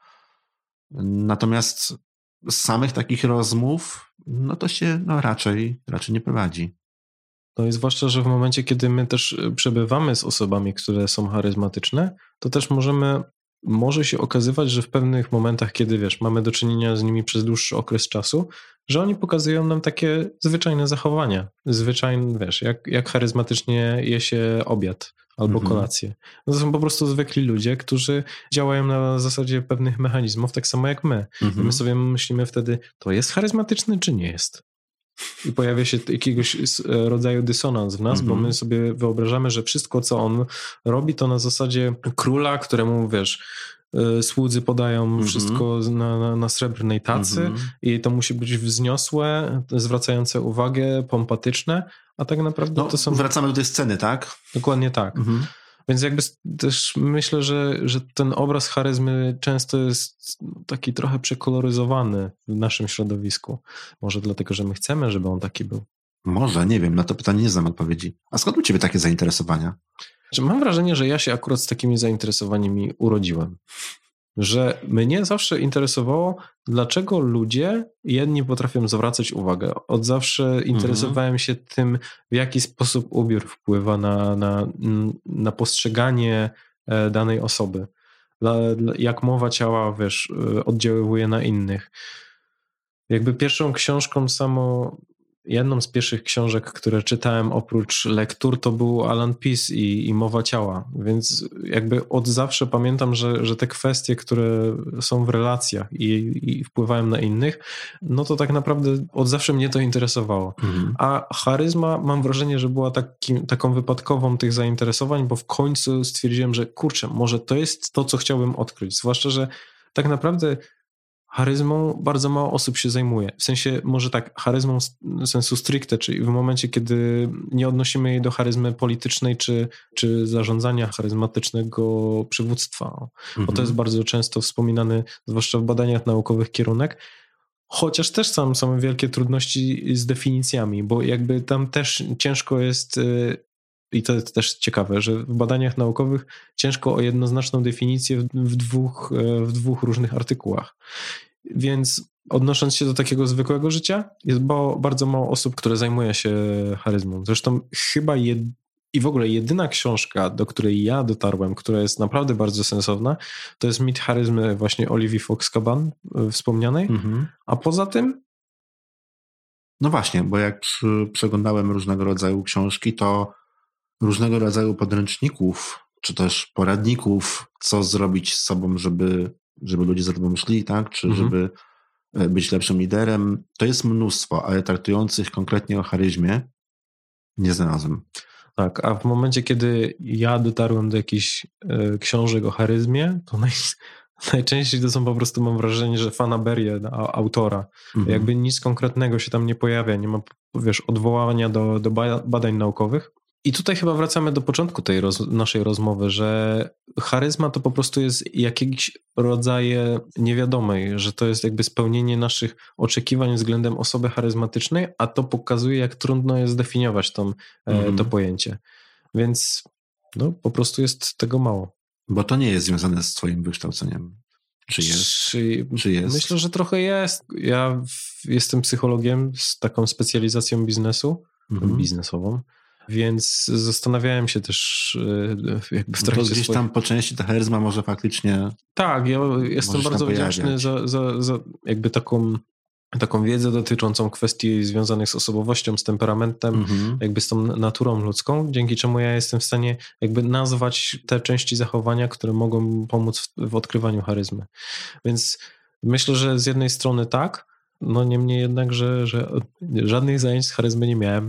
Natomiast z samych takich rozmów, no to się no raczej, raczej nie prowadzi. No i zwłaszcza, że w momencie, kiedy my też przebywamy z osobami, które są charyzmatyczne, to też możemy, może się okazywać, że w pewnych momentach, kiedy wiesz, mamy do czynienia z nimi przez dłuższy okres czasu, że oni pokazują nam takie zwyczajne zachowania. Zwyczajne, wiesz, jak, jak charyzmatycznie je się obiad albo mhm. kolację. No to są po prostu zwykli ludzie, którzy działają na zasadzie pewnych mechanizmów, tak samo jak my. Mhm. I my sobie myślimy wtedy, to jest charyzmatyczny, czy nie jest? I pojawia się jakiegoś rodzaju dysonans w nas, mm-hmm. bo my sobie wyobrażamy, że wszystko, co on robi, to na zasadzie króla, któremu, wiesz, słudzy podają mm-hmm. wszystko na, na, na srebrnej tacy mm-hmm. i to musi być wzniosłe, zwracające uwagę, pompatyczne, a tak naprawdę no, to są... Wracamy do tej sceny, tak? Dokładnie tak. Mm-hmm. Więc jakby też myślę, że, że ten obraz charyzmy często jest taki trochę przekoloryzowany w naszym środowisku. Może dlatego, że my chcemy, żeby on taki był. Może, nie wiem, na to pytanie nie znam odpowiedzi. A skąd u ciebie takie zainteresowania? Mam wrażenie, że ja się akurat z takimi zainteresowaniami urodziłem. Że mnie zawsze interesowało, dlaczego ludzie jedni potrafią zwracać uwagę. Od zawsze interesowałem mhm. się tym, w jaki sposób ubiór wpływa na, na, na postrzeganie danej osoby. Jak mowa ciała, wiesz, oddziaływuje na innych. Jakby pierwszą książką samo... Jedną z pierwszych książek, które czytałem oprócz lektur, to był Alan Pease i, i Mowa ciała, więc jakby od zawsze pamiętam, że, że te kwestie, które są w relacjach i, i wpływają na innych, no to tak naprawdę od zawsze mnie to interesowało. Mhm. A charyzma, mam wrażenie, że była takim, taką wypadkową tych zainteresowań, bo w końcu stwierdziłem, że kurczę, może to jest to, co chciałbym odkryć, zwłaszcza, że tak naprawdę charyzmą bardzo mało osób się zajmuje. W sensie, może tak, charyzmą sensu stricte, czyli w momencie, kiedy nie odnosimy jej do charyzmy politycznej czy, czy zarządzania charyzmatycznego przywództwa. Mhm. Bo to jest bardzo często wspominany, zwłaszcza w badaniach naukowych, kierunek. Chociaż też tam są wielkie trudności z definicjami, bo jakby tam też ciężko jest, i to jest też ciekawe, że w badaniach naukowych ciężko o jednoznaczną definicję w dwóch, w dwóch różnych artykułach. Więc odnosząc się do takiego zwykłego życia, jest bardzo mało osób, które zajmuje się charyzmą. Zresztą chyba jed... i w ogóle jedyna książka, do której ja dotarłem, która jest naprawdę bardzo sensowna, to jest Mit charyzmy właśnie Olivii Fox-Caban wspomnianej, mhm. a poza tym... No właśnie, bo jak przeglądałem różnego rodzaju książki, to różnego rodzaju podręczników, czy też poradników, co zrobić z sobą, żeby, żeby ludzie za tobą szli, tak? Czy mhm. żeby być lepszym liderem. To jest mnóstwo, ale traktujących konkretnie o charyzmie nie znalazłem. Tak, a w momencie, kiedy ja dotarłem do jakichś y, książek o charyzmie, to naj, najczęściej to są po prostu, mam wrażenie, że fanaberie autora. Mhm. Jakby nic konkretnego się tam nie pojawia, nie ma, wiesz, odwołania do, do badań naukowych. I tutaj chyba wracamy do początku tej roz, naszej rozmowy, że charyzma to po prostu jest jakiś rodzaj niewiadomej, że to jest jakby spełnienie naszych oczekiwań względem osoby charyzmatycznej, a to pokazuje, jak trudno jest zdefiniować tą, mm. to pojęcie. Więc no, po prostu jest tego mało. Bo to nie jest związane z twoim wykształceniem. Czy jest? Czy, Czy jest? Myślę, że trochę jest. Ja w, jestem psychologiem z taką specjalizacją biznesu, mm. biznesową. Więc zastanawiałem się też jakby w trakcie no to gdzieś swoich... tam po części ta charyzma może faktycznie... Tak, ja jestem bardzo wdzięczny za, za, za jakby taką, taką wiedzę dotyczącą kwestii związanych z osobowością, z temperamentem, mhm. jakby z tą naturą ludzką, dzięki czemu ja jestem w stanie jakby nazwać te części zachowania, które mogą pomóc w, w odkrywaniu charyzmy. Więc myślę, że z jednej strony tak, no niemniej jednak, że, że żadnych zajęć z charyzmy nie miałem.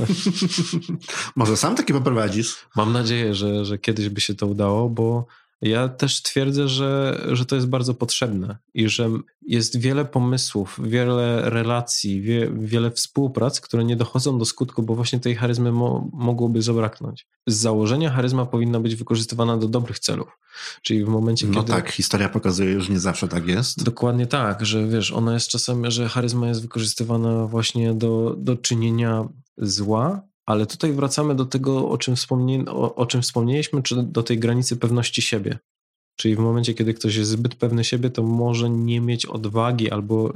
Może sam taki poprowadzisz? Mam nadzieję, że, że kiedyś by się to udało, bo ja też twierdzę, że, że to jest bardzo potrzebne i że jest wiele pomysłów, wiele relacji, wie, wiele współprac, które nie dochodzą do skutku, bo właśnie tej charyzmy mo, mogłoby zabraknąć. Z założenia charyzma powinna być wykorzystywana do dobrych celów. Czyli w momencie, no kiedy... No tak, historia pokazuje, że nie zawsze tak jest. Dokładnie tak, że wiesz, ona jest czasem, że charyzma jest wykorzystywana właśnie do, do czynienia zła, ale tutaj wracamy do tego, o czym, wspomnie, o, o czym wspomnieliśmy, czy do tej granicy pewności siebie. Czyli w momencie, kiedy ktoś jest zbyt pewny siebie, to może nie mieć odwagi albo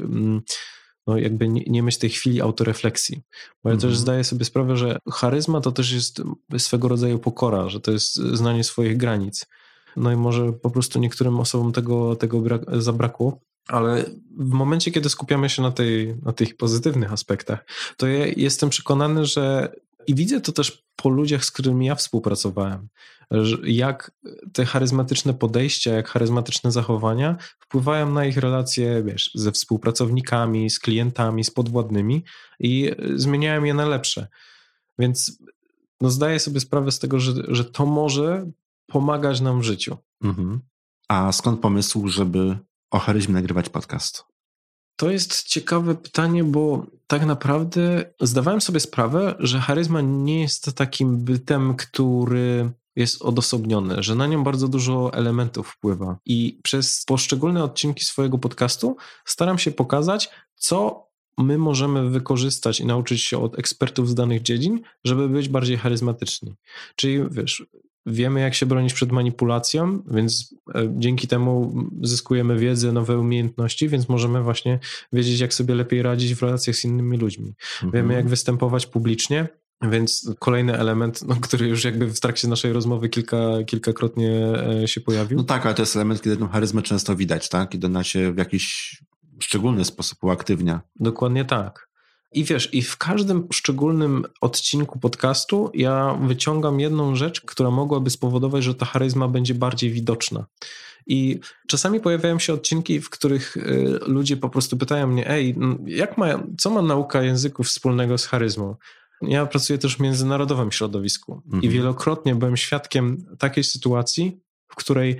no jakby nie, nie mieć tej chwili autorefleksji. Bo ja mm-hmm. też zdaję sobie sprawę, że charyzma to też jest swego rodzaju pokora, że to jest znanie swoich granic. No i może po prostu niektórym osobom tego, tego brak- zabrakło. Ale w momencie, kiedy skupiamy się na, tej, na tych pozytywnych aspektach, to ja jestem przekonany, że i widzę to też po ludziach, z którymi ja współpracowałem, jak te charyzmatyczne podejścia, jak charyzmatyczne zachowania wpływają na ich relacje, wiesz, ze współpracownikami, z klientami, z podwładnymi i zmieniają je na lepsze. Więc no zdaję sobie sprawę z tego, że, że to może pomagać nam w życiu. Mhm. A skąd pomysł, żeby o charyzmie nagrywać podcast? To jest ciekawe pytanie, bo tak naprawdę zdawałem sobie sprawę, że charyzma nie jest takim bytem, który jest odosobniony, że na nią bardzo dużo elementów wpływa. I przez poszczególne odcinki swojego podcastu staram się pokazać, co my możemy wykorzystać i nauczyć się od ekspertów z danych dziedzin, żeby być bardziej charyzmatyczni. Czyli wiesz... Wiemy, jak się bronić przed manipulacją, więc dzięki temu zyskujemy wiedzę, nowe umiejętności, więc możemy właśnie wiedzieć, jak sobie lepiej radzić w relacjach z innymi ludźmi. Mhm. Wiemy, jak występować publicznie, więc kolejny element, no, który już jakby w trakcie naszej rozmowy kilka, kilkakrotnie się pojawił. No tak, ale to jest element, kiedy tę charyzmę często widać, tak? Kiedy ona się w jakiś szczególny sposób uaktywnia. Dokładnie tak. I wiesz, i w każdym szczególnym odcinku podcastu ja wyciągam jedną rzecz, która mogłaby spowodować, że ta charyzma będzie bardziej widoczna. I czasami pojawiają się odcinki, w których y, ludzie po prostu pytają mnie, ej, jak ma, co ma nauka języków wspólnego z charyzmą? Ja pracuję też w międzynarodowym środowisku mhm. i wielokrotnie byłem świadkiem takiej sytuacji, w której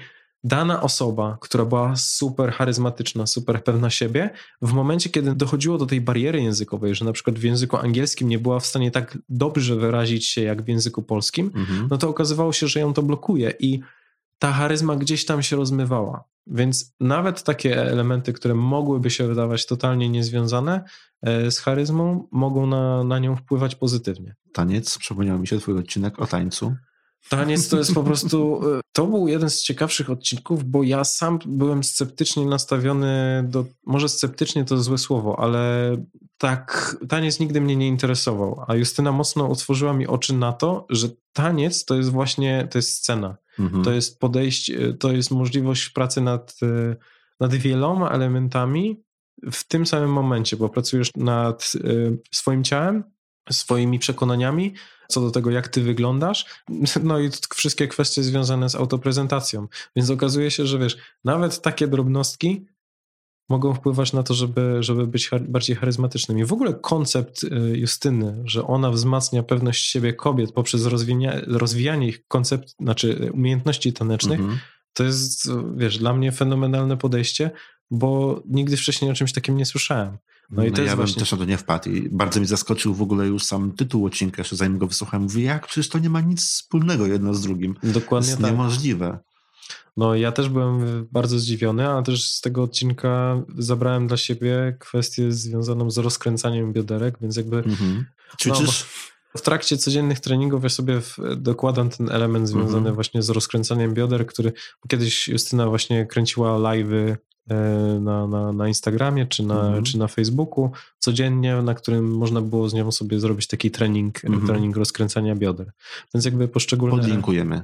dana osoba, która była super charyzmatyczna, super pewna siebie, w momencie, kiedy dochodziło do tej bariery językowej, że na przykład w języku angielskim nie była w stanie tak dobrze wyrazić się jak w języku polskim, mhm. no to okazywało się, że ją to blokuje i ta charyzma gdzieś tam się rozmywała. Więc nawet takie elementy, które mogłyby się wydawać totalnie niezwiązane z charyzmą, mogą na, na nią wpływać pozytywnie. Taniec, przypomniał mi się twój odcinek o tańcu. Taniec to jest po prostu, to był jeden z ciekawszych odcinków, bo ja sam byłem sceptycznie nastawiony do, może sceptycznie to złe słowo, ale tak, taniec nigdy mnie nie interesował, a Justyna mocno otworzyła mi oczy na to, że taniec to jest właśnie, to jest scena, mhm. to jest podejście, to jest możliwość pracy nad, nad wieloma elementami w tym samym momencie, bo pracujesz nad swoim ciałem, swoimi przekonaniami, co do tego, jak ty wyglądasz, no i wszystkie kwestie związane z autoprezentacją. Więc okazuje się, że wiesz, nawet takie drobnostki mogą wpływać na to, żeby, żeby być bardziej charyzmatycznym. I w ogóle koncept Justyny, że ona wzmacnia pewność siebie kobiet poprzez rozwijanie, rozwijanie ich koncept, znaczy umiejętności tanecznych, mhm. to jest, wiesz, dla mnie fenomenalne podejście, bo nigdy wcześniej o czymś takim nie słyszałem. No i no to ja jest bym właśnie... też na to nie wpadł i bardzo mi zaskoczył w ogóle już sam tytuł odcinka, jeszcze zanim go wysłuchałem. Mówię, jak? Przecież to nie ma nic wspólnego jedno z drugim. Dokładnie to jest tak. niemożliwe. No ja też byłem bardzo zdziwiony, a też z tego odcinka zabrałem dla siebie kwestię związaną z rozkręcaniem bioderek, więc jakby... Mhm. Ćwiczysz? No, w trakcie codziennych treningów ja sobie w, dokładam ten element związany mhm. właśnie z rozkręcaniem bioder, który kiedyś Justyna właśnie kręciła live'y Na, na, na Instagramie czy na, mhm. czy na Facebooku codziennie, na którym można było z nią sobie zrobić taki trening, mhm. trening rozkręcania bioder. Więc jakby poszczególne... Podlinkujemy.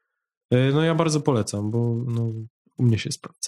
No ja bardzo polecam, bo no, u mnie się sprawdza.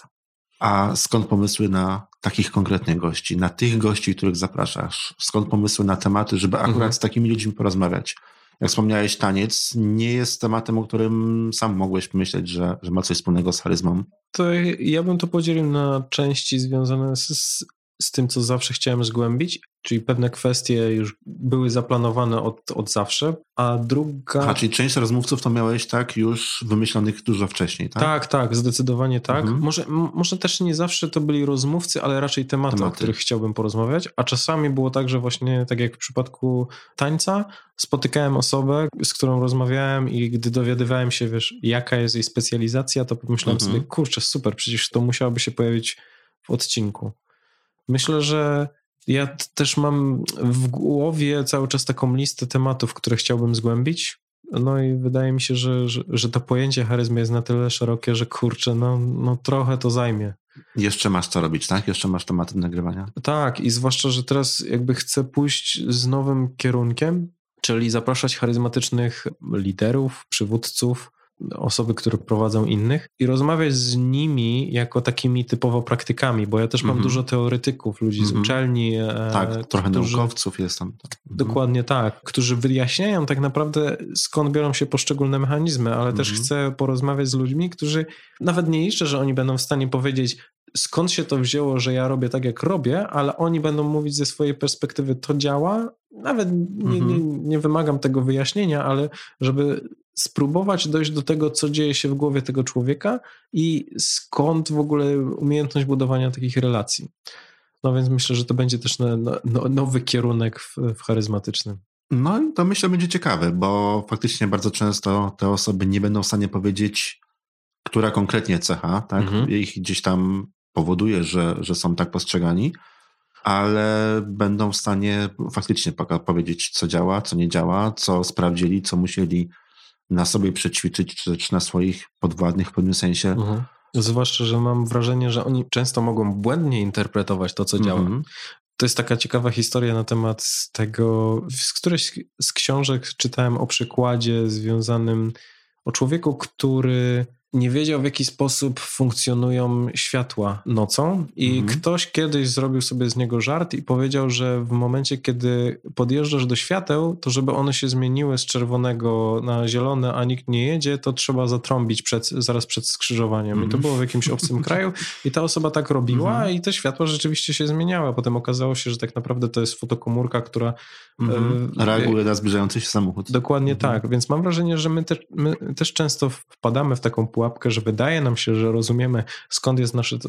A skąd pomysły na takich konkretnych gości, na tych gości, których zapraszasz? Skąd pomysły na tematy, żeby akurat mhm. z takimi ludźmi porozmawiać? Jak wspomniałeś, taniec nie jest tematem, o którym sam mogłeś pomyśleć, że, że ma coś wspólnego z charyzmą. To ja bym to podzielił na części związane z, z tym, co zawsze chciałem zgłębić, czyli pewne kwestie już były zaplanowane od, od zawsze, a druga... A, czyli część rozmówców to miałeś tak już wymyślonych dużo wcześniej, tak? Tak, tak, zdecydowanie tak. Mhm. Może, może też nie zawsze to byli rozmówcy, ale raczej tematy, tematy, o których chciałbym porozmawiać, a czasami było tak, że właśnie tak jak w przypadku tańca, spotykałem osobę, z którą rozmawiałem i gdy dowiadywałem się, wiesz, jaka jest jej specjalizacja, to pomyślałem mhm. sobie, kurczę, super, przecież to musiałoby się pojawić w odcinku. Myślę, że ja t- też mam w głowie cały czas taką listę tematów, które chciałbym zgłębić. No i wydaje mi się, że, że, że to pojęcie charyzmy jest na tyle szerokie, że kurczę, no, no trochę to zajmie. Jeszcze masz co robić, tak? Jeszcze masz tematy do nagrywania? Tak, i zwłaszcza, że teraz jakby chcę pójść z nowym kierunkiem, czyli zapraszać charyzmatycznych liderów, przywódców, osoby, które prowadzą innych i rozmawiać z nimi jako takimi typowo praktykami, bo ja też mam mm-hmm. dużo teoretyków, ludzi mm-hmm. z uczelni. Tak, e, trochę którzy, naukowców jest tam. Mm-hmm. Dokładnie tak, którzy wyjaśniają tak naprawdę skąd biorą się poszczególne mechanizmy, ale mm-hmm. też chcę porozmawiać z ludźmi, którzy nawet nie liczę, że oni będą w stanie powiedzieć, skąd się to wzięło, że ja robię tak, jak robię, ale oni będą mówić ze swojej perspektywy, to działa. Nawet nie, nie, nie wymagam tego wyjaśnienia, ale żeby spróbować dojść do tego, co dzieje się w głowie tego człowieka i skąd w ogóle umiejętność budowania takich relacji. No więc myślę, że to będzie też no, no, nowy kierunek w, w charyzmatycznym. No i to myślę będzie ciekawe, bo faktycznie bardzo często te osoby nie będą w stanie powiedzieć, która konkretnie cecha, tak, mhm. ich gdzieś tam powoduje, że, że są tak postrzegani, ale będą w stanie faktycznie powiedzieć, co działa, co nie działa, co sprawdzili, co musieli na sobie przećwiczyć, czy, czy na swoich podwładnych w pewnym sensie. Mhm. Zwłaszcza, że mam wrażenie, że oni często mogą błędnie interpretować to, co działa. Mhm. To jest taka ciekawa historia na temat tego, z którejś z książek czytałem o przykładzie związanym o człowieku, który nie wiedział, w jaki sposób funkcjonują światła nocą i mhm. ktoś kiedyś zrobił sobie z niego żart i powiedział, że w momencie, kiedy podjeżdżasz do świateł, to żeby one się zmieniły z czerwonego na zielone, a nikt nie jedzie, to trzeba zatrąbić przed, zaraz przed skrzyżowaniem. Mhm. I to było w jakimś obcym kraju i ta osoba tak robiła mhm. i te światła rzeczywiście się zmieniały. Potem okazało się, że tak naprawdę to jest fotokomórka, która mhm. e, reaguje na zbliżający się samochód. Dokładnie mhm. tak. Więc mam wrażenie, że my, te, my też często wpadamy w taką pułapkę, pułapkę, że wydaje nam się, że rozumiemy, skąd jest nasze,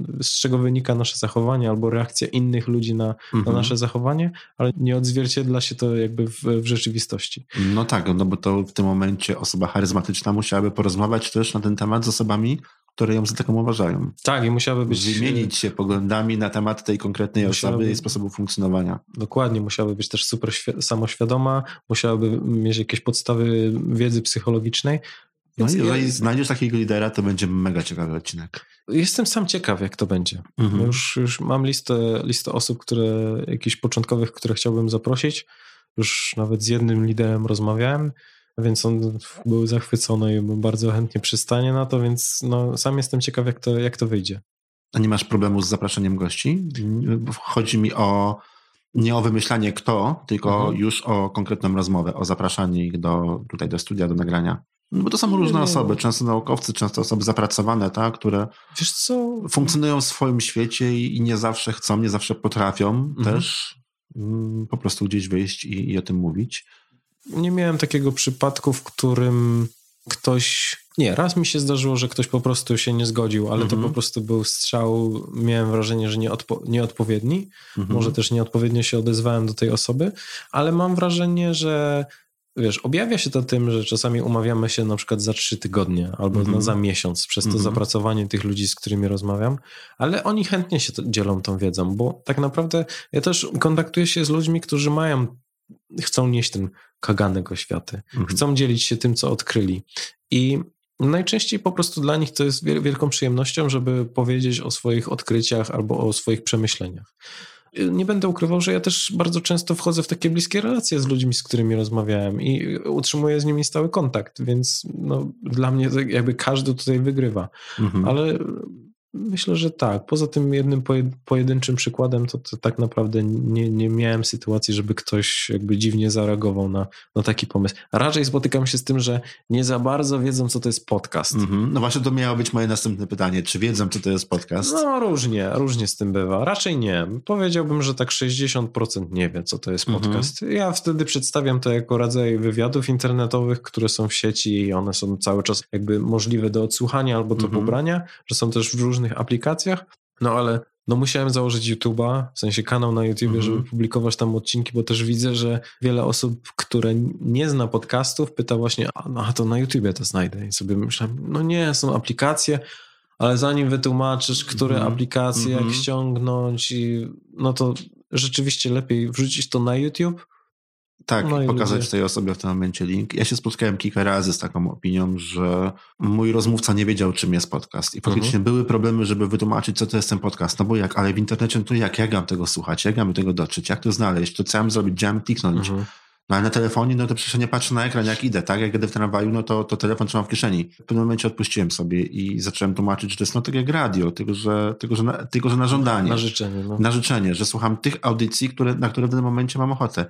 z czego wynika nasze zachowanie albo reakcja innych ludzi na, mhm. na nasze zachowanie, ale nie odzwierciedla się to jakby w, w rzeczywistości. No tak, no bo to w tym momencie osoba charyzmatyczna musiałaby porozmawiać też na ten temat z osobami, które ją za taką uważają. Tak, i musiałaby być... Wymienić się poglądami na temat tej konkretnej musiałaby, osoby i sposobu funkcjonowania. Dokładnie, musiałaby być też super świ- samoświadoma, musiałaby mieć jakieś podstawy wiedzy psychologicznej. No i jeżeli ja... znajdziesz takiego lidera, to będzie mega ciekawy odcinek. Jestem sam ciekaw, jak to będzie. Mhm. Już, już mam listę, listę osób, które jakichś początkowych, które chciałbym zaprosić. Już nawet z jednym liderem rozmawiałem, więc on był zachwycony i bardzo chętnie przystanie na to, więc no, sam jestem ciekaw, jak to, jak to wyjdzie. A nie masz problemu z zapraszaniem gości? Chodzi mi o nie o wymyślanie kto, tylko mhm. już o konkretną rozmowę, o zapraszanie ich do, tutaj do studia, do nagrania. No bo to są różne nie, osoby, nie. często naukowcy, często osoby zapracowane, tak, które Wiesz co? funkcjonują w swoim świecie i, i nie zawsze chcą, nie zawsze potrafią mhm. też mm, po prostu gdzieś wyjść i, i o tym mówić. Nie miałem takiego przypadku, w którym ktoś... Nie, raz mi się zdarzyło, że ktoś po prostu się nie zgodził, ale mhm. to po prostu był strzał, miałem wrażenie, że nieodpo- nieodpowiedni. Mhm. Może też nieodpowiednio się odezwałem do tej osoby, ale mam wrażenie, że wiesz, objawia się to tym, że czasami umawiamy się na przykład za trzy tygodnie albo mm-hmm. no za miesiąc przez to mm-hmm. zapracowanie tych ludzi, z którymi rozmawiam, ale oni chętnie się to, dzielą tą wiedzą, bo tak naprawdę ja też kontaktuję się z ludźmi, którzy mają, chcą nieść ten kaganek oświaty, mm-hmm. chcą dzielić się tym, co odkryli i najczęściej po prostu dla nich to jest wielką przyjemnością, żeby powiedzieć o swoich odkryciach albo o swoich przemyśleniach. Nie będę ukrywał, że ja też bardzo często wchodzę w takie bliskie relacje z ludźmi, z którymi rozmawiałem i utrzymuję z nimi stały kontakt, więc no, dla mnie jakby każdy tutaj wygrywa. Mhm. Ale myślę, że tak. Poza tym jednym pojedynczym przykładem to, to tak naprawdę nie, nie miałem sytuacji, żeby ktoś jakby dziwnie zareagował na, na taki pomysł. Raczej spotykam się z tym, że nie za bardzo wiedzą, co to jest podcast. Mhm. No właśnie to miało być moje następne pytanie. Czy wiedzą, co to jest podcast? No różnie, różnie z tym bywa. Raczej nie. Powiedziałbym, że tak sześćdziesiąt procent nie wie, co to jest podcast. Mhm. Ja wtedy przedstawiam to jako rodzaj wywiadów internetowych, które są w sieci i one są cały czas jakby możliwe do odsłuchania albo do mhm. pobrania, że są też w różnych aplikacjach, no ale no musiałem założyć YouTube'a, w sensie kanał na YouTubie, mm-hmm. żeby publikować tam odcinki, bo też widzę, że wiele osób, które nie zna podcastów, pyta właśnie, a, no, a to na YouTubie to znajdę. I sobie myślałem, no nie, są aplikacje, ale zanim wytłumaczysz, które mm-hmm. aplikacje, mm-hmm. jak ściągnąć, i, no to rzeczywiście lepiej wrzucić to na YouTube. Tak, no pokazać ludzie. tej osobie w tym momencie link. Ja się spotkałem kilka razy z taką opinią, że mój rozmówca nie wiedział, czym jest podcast. I faktycznie mhm. były problemy, żeby wytłumaczyć, co to jest ten podcast. No bo jak, ale w internecie, no to jak? Jak mam tego słuchać? Jak mam tego dotrzeć? Jak to znaleźć? To co mam zrobić? Gdzie mam kliknąć? Mhm. No ale na telefonie, no to przecież nie patrzę na ekran, jak idę, tak? Jak idę w tramwaju, no to, to telefon trzymam w kieszeni. W pewnym momencie odpuściłem sobie i zacząłem tłumaczyć, że to jest no tak jak radio, tylko że, tylko, że, na, tylko, że na żądanie. Na życzenie. No. Na życzenie, że słucham tych audycji, które, na które w danym momencie mam ochotę.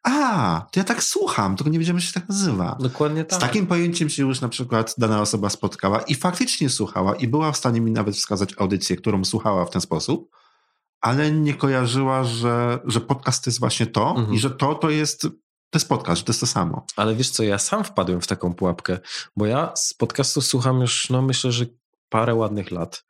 A, to ja tak słucham, tylko nie wiedziałem, że się tak nazywa. Dokładnie tak. Z takim pojęciem się już na przykład dana osoba spotkała i faktycznie słuchała i była w stanie mi nawet wskazać audycję, którą słuchała w ten sposób, ale nie kojarzyła, że, że podcast to jest właśnie to mhm. i że to to jest, to jest podcast, że to jest to samo. Ale wiesz co, ja sam wpadłem w taką pułapkę, bo ja z podcastu słucham już, no myślę, że parę ładnych lat,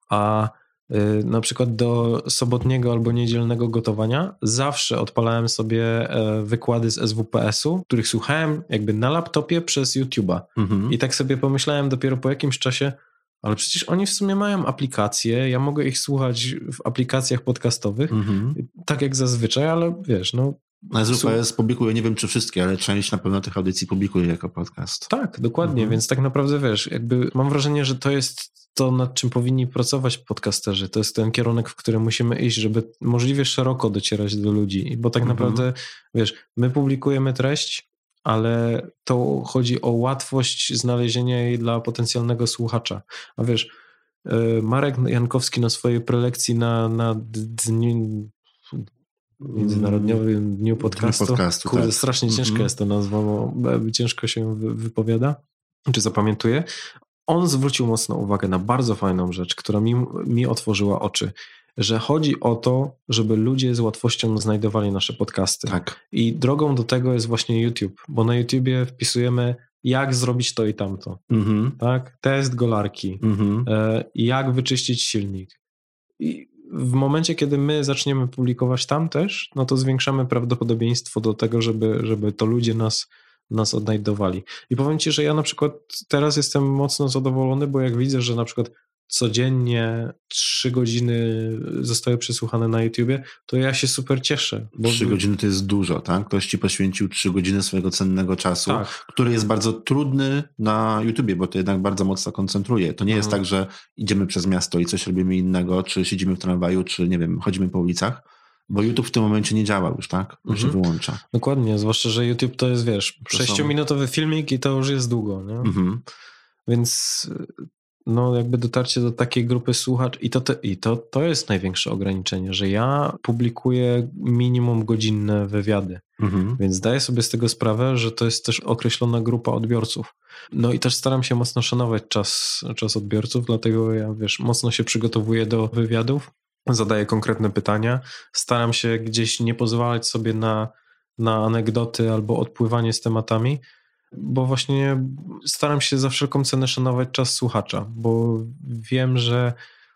a na przykład do sobotniego albo niedzielnego gotowania zawsze odpalałem sobie wykłady z S W P S-u, których słuchałem jakby na laptopie przez YouTube'a. Mhm. I tak sobie pomyślałem dopiero po jakimś czasie, ale przecież oni w sumie mają aplikacje, ja mogę ich słuchać w aplikacjach podcastowych, mhm. tak jak zazwyczaj, ale wiesz, no... S W P S publikuje, nie wiem czy wszystkie, ale część na pewno tych audycji publikuje jako podcast. Tak, dokładnie, mhm. więc tak naprawdę wiesz, jakby mam wrażenie, że to jest to, nad czym powinni pracować podcasterzy. To jest ten kierunek, w którym musimy iść, żeby możliwie szeroko docierać do ludzi, bo tak mhm. naprawdę, wiesz, my publikujemy treść, ale to chodzi o łatwość znalezienia jej dla potencjalnego słuchacza. A wiesz, Marek Jankowski na swojej prelekcji na, na dniu Międzynarodowym Dniu Podcastu, Dniu podcastu kurde, tak. strasznie mm-hmm. ciężko jest to nazwa, bo ciężko się wypowiada, czy zapamiętuje. On zwrócił mocno uwagę na bardzo fajną rzecz, która mi, mi otworzyła oczy, że chodzi o to, żeby ludzie z łatwością znajdowali nasze podcasty. Tak. I drogą do tego jest właśnie YouTube, bo na YouTubie wpisujemy jak zrobić to i tamto, Mhm. tak? Test golarki, Mhm. e, jak wyczyścić silnik. I w momencie, kiedy my zaczniemy publikować tam też, no to zwiększamy prawdopodobieństwo do tego, żeby, żeby to ludzie nas, nas odnajdowali. I powiem ci, że ja na przykład teraz jestem mocno zadowolony, bo jak widzę, że na przykład codziennie trzy godziny zostały przesłuchane na YouTubie, to ja się super cieszę. Bo... Trzy godziny to jest dużo, tak? Ktoś ci poświęcił trzy godziny swojego cennego czasu, tak. który jest bardzo trudny na YouTubie, bo to jednak bardzo mocno koncentruje. To nie jest mhm. tak, że idziemy przez miasto i coś robimy innego, czy siedzimy w tramwaju, czy nie wiem, chodzimy po ulicach, bo YouTube w tym momencie nie działa już, tak? On się mhm. wyłącza. Dokładnie, zwłaszcza, że YouTube to jest, wiesz, To sześciominutowy są... filmik i to już jest długo, nie? Mhm. Więc no jakby dotarcie do takiej grupy słuchaczy i, to, te, i to, to jest największe ograniczenie, że ja publikuję minimum godzinne wywiady, mhm. więc zdaję sobie z tego sprawę, że to jest też określona grupa odbiorców. No i też staram się mocno szanować czas, czas odbiorców, dlatego ja, wiesz, mocno się przygotowuję do wywiadów, zadaję konkretne pytania, staram się gdzieś nie pozwalać sobie na, na anegdoty albo odpływanie z tematami, bo właśnie staram się za wszelką cenę szanować czas słuchacza, bo wiem, że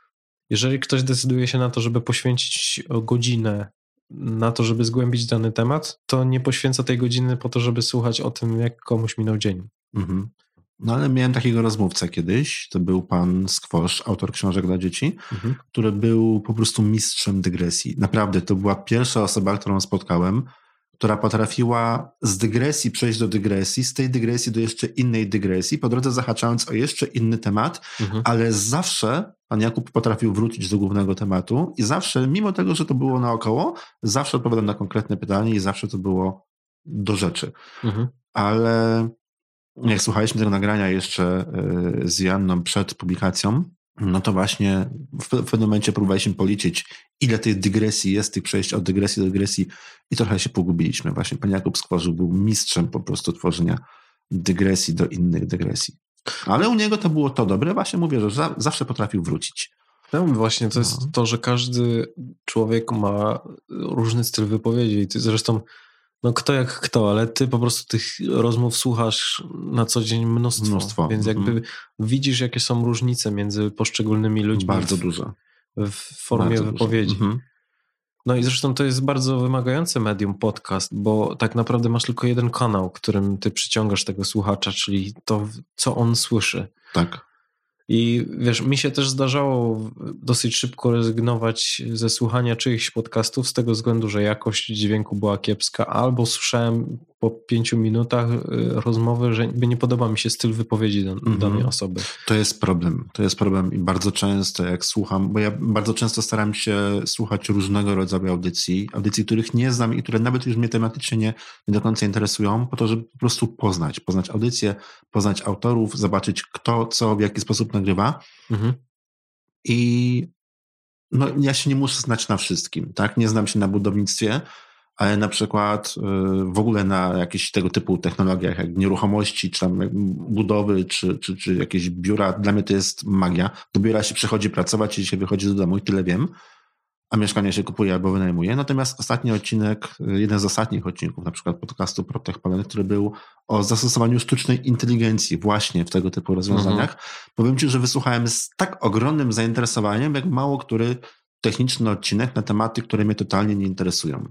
jeżeli ktoś decyduje się na to, żeby poświęcić godzinę na to, żeby zgłębić dany temat, to nie poświęca tej godziny po to, żeby słuchać o tym, jak komuś minął dzień. Mhm. No ale miałem takiego rozmówcę kiedyś, to był pan Skwosz, autor książek dla dzieci, mhm. który był po prostu mistrzem dygresji. Naprawdę, to była pierwsza osoba, którą spotkałem, która potrafiła z dygresji przejść do dygresji, z tej dygresji do jeszcze innej dygresji, po drodze zahaczając o jeszcze inny temat, mhm. ale zawsze pan Jakub potrafił wrócić do głównego tematu i zawsze, mimo tego, że to było naokoło, zawsze odpowiadał na konkretne pytanie i zawsze to było do rzeczy. Mhm. Ale jak słuchaliśmy tego nagrania jeszcze z Joanną przed publikacją, no to właśnie w pewnym momencie próbowaliśmy policzyć, ile tej dygresji jest, tych przejść od dygresji do dygresji i trochę się pogubiliśmy. Właśnie pan Jakub Skworzył był mistrzem po prostu tworzenia dygresji do innych dygresji. Ale u niego to było to dobre, właśnie mówię, że za, zawsze potrafił wrócić. No właśnie, to jest no. to, że każdy człowiek ma różny styl wypowiedzi. Zresztą no kto jak kto, ale ty po prostu tych rozmów słuchasz na co dzień mnóstwo, mnóstwo. więc jakby mm. widzisz, jakie są różnice między poszczególnymi ludźmi. Bardzo w, dużo. W formie bardzo wypowiedzi. Mm-hmm. No i zresztą to jest bardzo wymagające medium podcast, bo tak naprawdę masz tylko jeden kanał, którym ty przyciągasz tego słuchacza, czyli to, co on słyszy. Tak. I wiesz, mi się też zdarzało dosyć szybko rezygnować ze słuchania czyichś podcastów z tego względu, że jakość dźwięku była kiepska, albo słyszałem po pięciu minutach rozmowy, że nie podoba mi się styl wypowiedzi dan- mm-hmm. danej osoby. To jest problem. To jest problem i bardzo często jak słucham, bo ja bardzo często staram się słuchać różnego rodzaju audycji, audycji, których nie znam i które nawet już mnie tematycznie nie, nie do końca interesują, po to, żeby po prostu poznać, poznać audycję, poznać autorów, zobaczyć kto, co, w jaki sposób nagrywa. Mhm. I no, ja się nie muszę znać na wszystkim, tak? Nie znam się na budownictwie, ale na przykład w ogóle na jakichś tego typu technologiach, jak nieruchomości, czy tam budowy, czy, czy, czy jakieś biura, dla mnie to jest magia. Do biura się przychodzi pracować i się wychodzi do domu i tyle wiem, a mieszkanie się kupuje albo wynajmuje. Natomiast ostatni odcinek, jeden z ostatnich odcinków na przykład podcastu PropTech Poland, który był o zastosowaniu sztucznej inteligencji właśnie w tego typu rozwiązaniach, mhm. powiem ci, że wysłuchałem z tak ogromnym zainteresowaniem, jak mało który techniczny odcinek na tematy, które mnie totalnie nie interesują.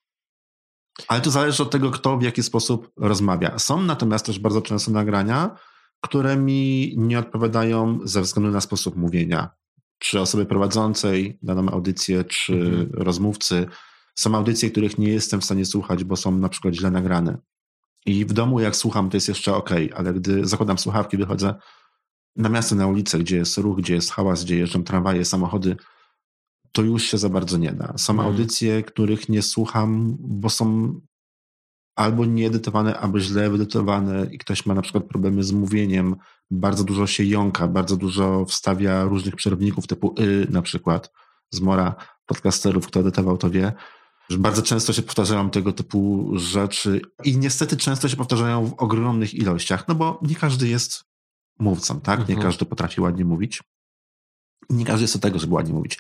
Ale to zależy od tego, kto w jaki sposób rozmawia. Są natomiast też bardzo często nagrania, które mi nie odpowiadają ze względu na sposób mówienia. Czy osoby prowadzącej daną audycję, czy mhm. rozmówcy. Są audycje, których nie jestem w stanie słuchać, bo są na przykład źle nagrane. I w domu jak słucham, to jest jeszcze okej, ale gdy zakładam słuchawki, wychodzę na miasto, na ulicę, gdzie jest ruch, gdzie jest hałas, gdzie jeżdżą tramwaje, samochody, to już się za bardzo nie da. Są mhm. audycje, których nie słucham, bo są albo nieedytowane, albo źle wyedytowane i ktoś ma na przykład problemy z mówieniem, bardzo dużo się jąka, bardzo dużo wstawia różnych przerywników typu y na przykład. Zmora podcasterów, kto edytował, to wie, że bardzo często się powtarzają tego typu rzeczy i niestety często się powtarzają w ogromnych ilościach, no bo nie każdy jest mówcą, tak? Mhm. Nie każdy potrafi ładnie mówić. Nie każdy jest do tego, żeby ładnie mówić.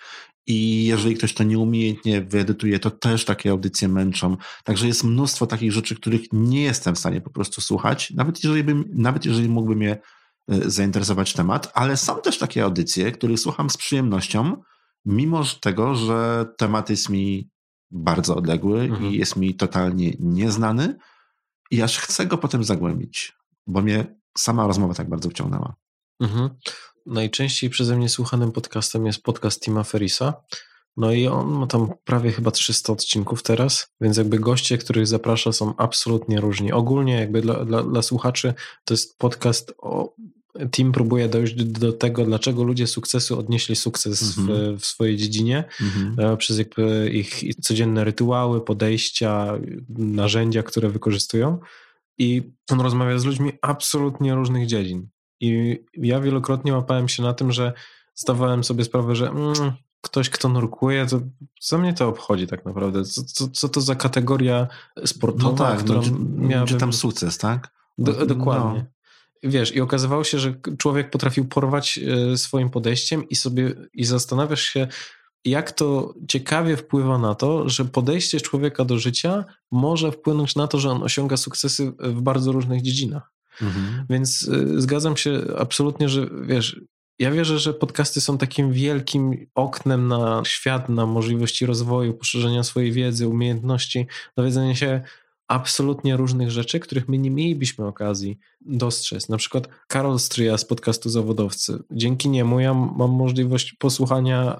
I jeżeli ktoś to nieumiejętnie wyedytuje, to też takie audycje męczą. Także jest mnóstwo takich rzeczy, których nie jestem w stanie po prostu słuchać, nawet jeżeli, bym, nawet jeżeli mógłby mnie zainteresować temat, ale są też takie audycje, których słucham z przyjemnością, mimo tego, że temat jest mi bardzo odległy mhm. i jest mi totalnie nieznany i aż chcę go potem zagłębić, bo mnie sama rozmowa tak bardzo wciągnęła. Mhm. Najczęściej przeze mnie słuchanym podcastem jest podcast Tima Ferrissa. No i on ma tam prawie chyba trzysta odcinków teraz, więc jakby goście, których zaprasza, są absolutnie różni. Ogólnie jakby dla, dla, dla słuchaczy to jest podcast o... Tim próbuje dojść do tego, dlaczego ludzie sukcesu odnieśli sukces mm-hmm. w, w swojej dziedzinie mm-hmm. przez jakby ich codzienne rytuały, podejścia, narzędzia, które wykorzystują. I on rozmawia z ludźmi absolutnie różnych dziedzin. I ja wielokrotnie łapałem się na tym, że zdawałem sobie sprawę, że mm, ktoś, kto nurkuje, to co mnie to obchodzi tak naprawdę? Co, co, co to za kategoria sportowa, no tak, która no, miała... Czy tam sukces, tak? Do, dokładnie. No. Wiesz, i okazywało się, że człowiek potrafił porwać swoim podejściem i sobie i zastanawiasz się, jak to ciekawie wpływa na to, że podejście człowieka do życia może wpłynąć na to, że on osiąga sukcesy w bardzo różnych dziedzinach. Mhm. Więc y, zgadzam się absolutnie, że wiesz, ja wierzę, że podcasty są takim wielkim oknem na świat, na możliwości rozwoju, poszerzenia swojej wiedzy, umiejętności, dowiedzenia się absolutnie różnych rzeczy, których my nie mielibyśmy okazji dostrzec. Na przykład Karol Stryja z podcastu Zawodowcy. Dzięki niemu ja mam możliwość posłuchania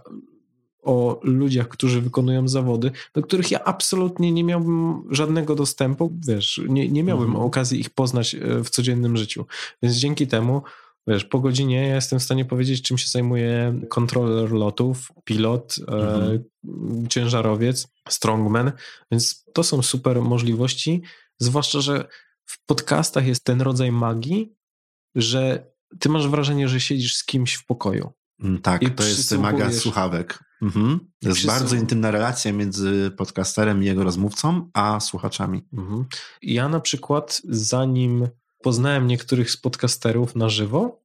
o ludziach, którzy wykonują zawody, do których ja absolutnie nie miałbym żadnego dostępu, wiesz, nie, nie miałbym mhm. okazji ich poznać w codziennym życiu. Więc dzięki temu, wiesz, po godzinie ja jestem w stanie powiedzieć, czym się zajmuje kontroler lotów, pilot, mhm. e, ciężarowiec, strongman, więc to są super możliwości, zwłaszcza, że w podcastach jest ten rodzaj magii, że ty masz wrażenie, że siedzisz z kimś w pokoju. Tak, I to jest magia słuchawek. Mhm. To jest przysłuch... bardzo intymna relacja między podcasterem i jego rozmówcą, a słuchaczami. Mhm. Ja na przykład, zanim poznałem niektórych z podcasterów na żywo,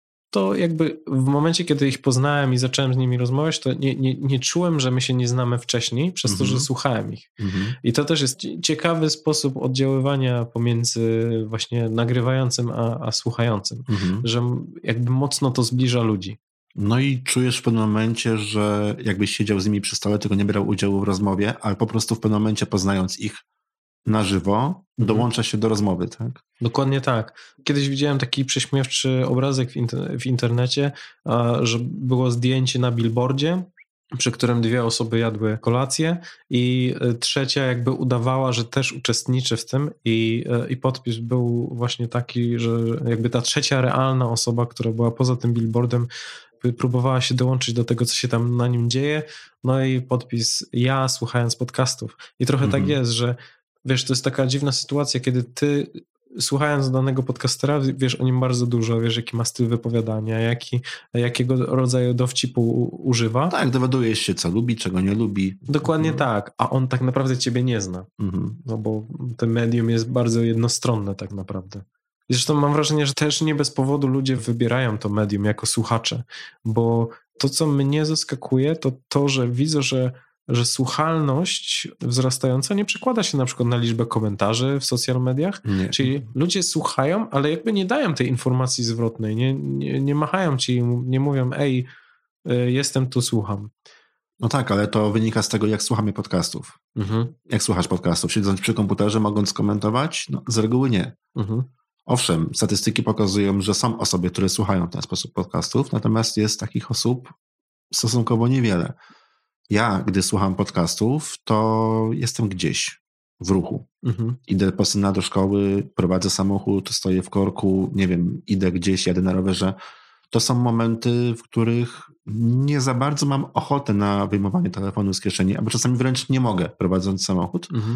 to jakby w momencie, kiedy ich poznałem i zacząłem z nimi rozmawiać, to nie, nie, nie czułem, że my się nie znamy wcześniej, przez to, mm-hmm. że słuchałem ich. Mm-hmm. I to też jest ciekawy sposób oddziaływania pomiędzy właśnie nagrywającym a, a słuchającym, mm-hmm. że jakby mocno to zbliża ludzi. No i czujesz w pewnym momencie, że jakbyś siedział z nimi przy stole, tylko nie brał udziału w rozmowie, ale po prostu w pewnym momencie poznając ich na żywo, dołącza się do rozmowy, tak? Dokładnie tak. Kiedyś widziałem taki prześmiewczy obrazek w, inter- w internecie, a, że było zdjęcie na billboardzie, przy którym dwie osoby jadły kolację i trzecia jakby udawała, że też uczestniczy w tym i, i podpis był właśnie taki, że jakby ta trzecia realna osoba, która była poza tym billboardem, próbowała się dołączyć do tego, co się tam na nim dzieje, no i podpis ja słuchając podcastów. I trochę mhm. tak jest, że wiesz, to jest taka dziwna sytuacja, kiedy ty słuchając danego podcastera, wiesz o nim bardzo dużo, wiesz jaki ma styl wypowiadania, jaki, jakiego rodzaju dowcipu używa. Tak, dowiadujesz się, co lubi, czego nie lubi. Dokładnie mhm. tak, a on tak naprawdę ciebie nie zna, mhm. no bo ten medium jest bardzo jednostronne tak naprawdę. I zresztą mam wrażenie, że też nie bez powodu ludzie wybierają to medium jako słuchacze, bo to, co mnie zaskakuje, to to, że widzę, że że słuchalność wzrastająca nie przekłada się na przykład na liczbę komentarzy w social mediach, nie. Czyli ludzie słuchają, ale jakby nie dają tej informacji zwrotnej, nie, nie, nie machają ci, nie mówią ej, jestem tu, słucham. No tak, ale to wynika z tego, jak słuchamy podcastów. Mhm. Jak słuchasz podcastów? Siedząc przy komputerze, mogąc komentować? No, z reguły nie. Mhm. Owszem, statystyki pokazują, że są osoby, które słuchają w ten sposób podcastów, natomiast jest takich osób stosunkowo niewiele. Ja, gdy słucham podcastów, to jestem gdzieś w ruchu. Mhm. Idę po syna do szkoły, prowadzę samochód, stoję w korku, nie wiem, idę gdzieś, jadę na rowerze. To są momenty, w których nie za bardzo mam ochotę na wyjmowanie telefonu z kieszeni, albo czasami wręcz nie mogę, prowadząc samochód. Mhm.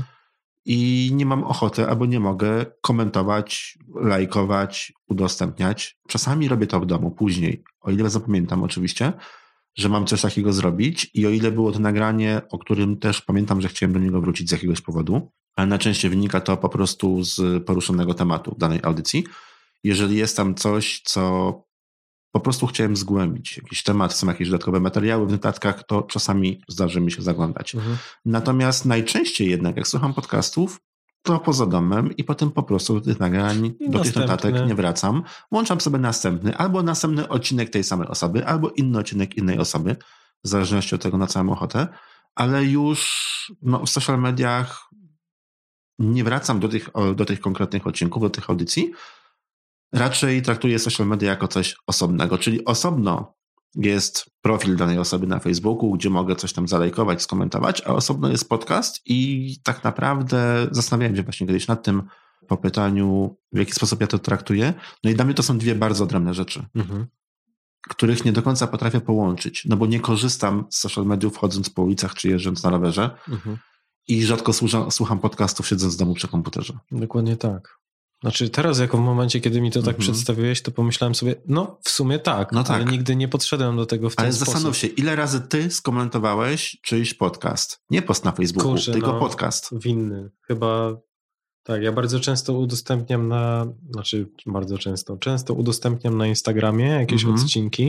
I nie mam ochoty, albo nie mogę komentować, lajkować, udostępniać. Czasami robię to w domu, później, o ile zapamiętam oczywiście, że mam coś takiego zrobić i o ile było to nagranie, o którym też pamiętam, że chciałem do niego wrócić z jakiegoś powodu, ale najczęściej wynika to po prostu z poruszonego tematu danej audycji. Jeżeli jest tam coś, co po prostu chciałem zgłębić jakiś temat, są jakieś dodatkowe materiały w notatkach, to czasami zdarzy mi się zaglądać. Mhm. Natomiast najczęściej jednak, jak słucham podcastów, to poza domem i potem po prostu do tych nagrań, I do tych notatek nie wracam. Włączam sobie następny, albo następny odcinek tej samej osoby, albo inny odcinek innej osoby, w zależności od tego, na co mam ochotę, ale już no, w social mediach nie wracam do tych, do tych konkretnych odcinków, do tych audycji. Raczej traktuję social media jako coś osobnego, czyli osobno jest profil danej osoby na Facebooku, gdzie mogę coś tam zalajkować, skomentować, a osobno jest podcast i tak naprawdę zastanawiałem się właśnie kiedyś nad tym po pytaniu, w jaki sposób ja to traktuję. No i dla mnie to są dwie bardzo odrębne rzeczy, mhm. których nie do końca potrafię połączyć, no bo nie korzystam z social mediów wchodząc po ulicach czy jeżdżąc na rowerze mhm. i rzadko słucham, słucham podcastów siedząc w domu przy komputerze. Dokładnie tak. Znaczy teraz jako w momencie, kiedy mi to tak mhm. przedstawiłeś, to pomyślałem sobie, no w sumie tak, no tak, ale nigdy nie podszedłem do tego w ten ale sposób. Ale zastanów się, ile razy ty skomentowałeś czyjś podcast? Nie post na Facebooku, Kurczę, tylko no, podcast. Winny. Chyba tak, ja bardzo często udostępniam na, znaczy bardzo często, często udostępniam na Instagramie jakieś mhm. odcinki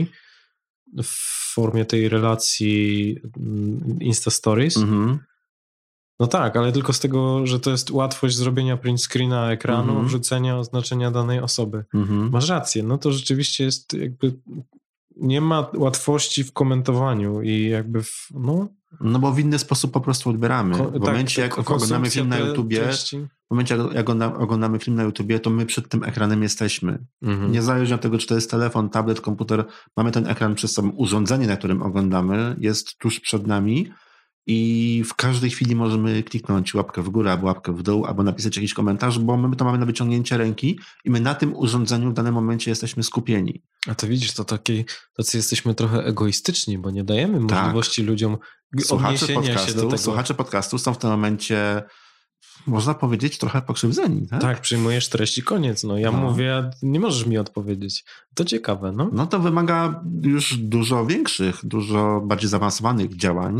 w formie tej relacji Insta Stories. Mhm. No tak, ale tylko z tego, że to jest łatwość zrobienia print screena ekranu, mm-hmm. wrzucenia oznaczenia danej osoby. Mm-hmm. Masz rację, no to rzeczywiście jest jakby, nie ma łatwości w komentowaniu i jakby w, no... No bo w inny sposób po prostu odbieramy. Ko- w momencie tak, jak oglądamy film na YouTubie, treści. w momencie jak oglądamy film na YouTubie, to my przed tym ekranem jesteśmy. Mm-hmm. Niezależnie od tego, czy to jest telefon, tablet, komputer, mamy ten ekran przed sobą. Urządzenie, na którym oglądamy, jest tuż przed nami. I w każdej chwili możemy kliknąć łapkę w górę albo łapkę w dół, albo napisać jakiś komentarz, bo my to mamy na wyciągnięcie ręki i my na tym urządzeniu w danym momencie jesteśmy skupieni. A to widzisz, to taki, tacy jesteśmy trochę egoistyczni, bo nie dajemy możliwości tak. ludziom odniesienia podcastu, się do tego. Słuchacze podcastu są w tym momencie, można powiedzieć, trochę pokrzywdzeni. Tak, tak przyjmujesz treść i koniec. No, ja no. mówię, nie możesz mi odpowiedzieć. To ciekawe. No. no to wymaga już dużo większych, dużo bardziej zaawansowanych działań,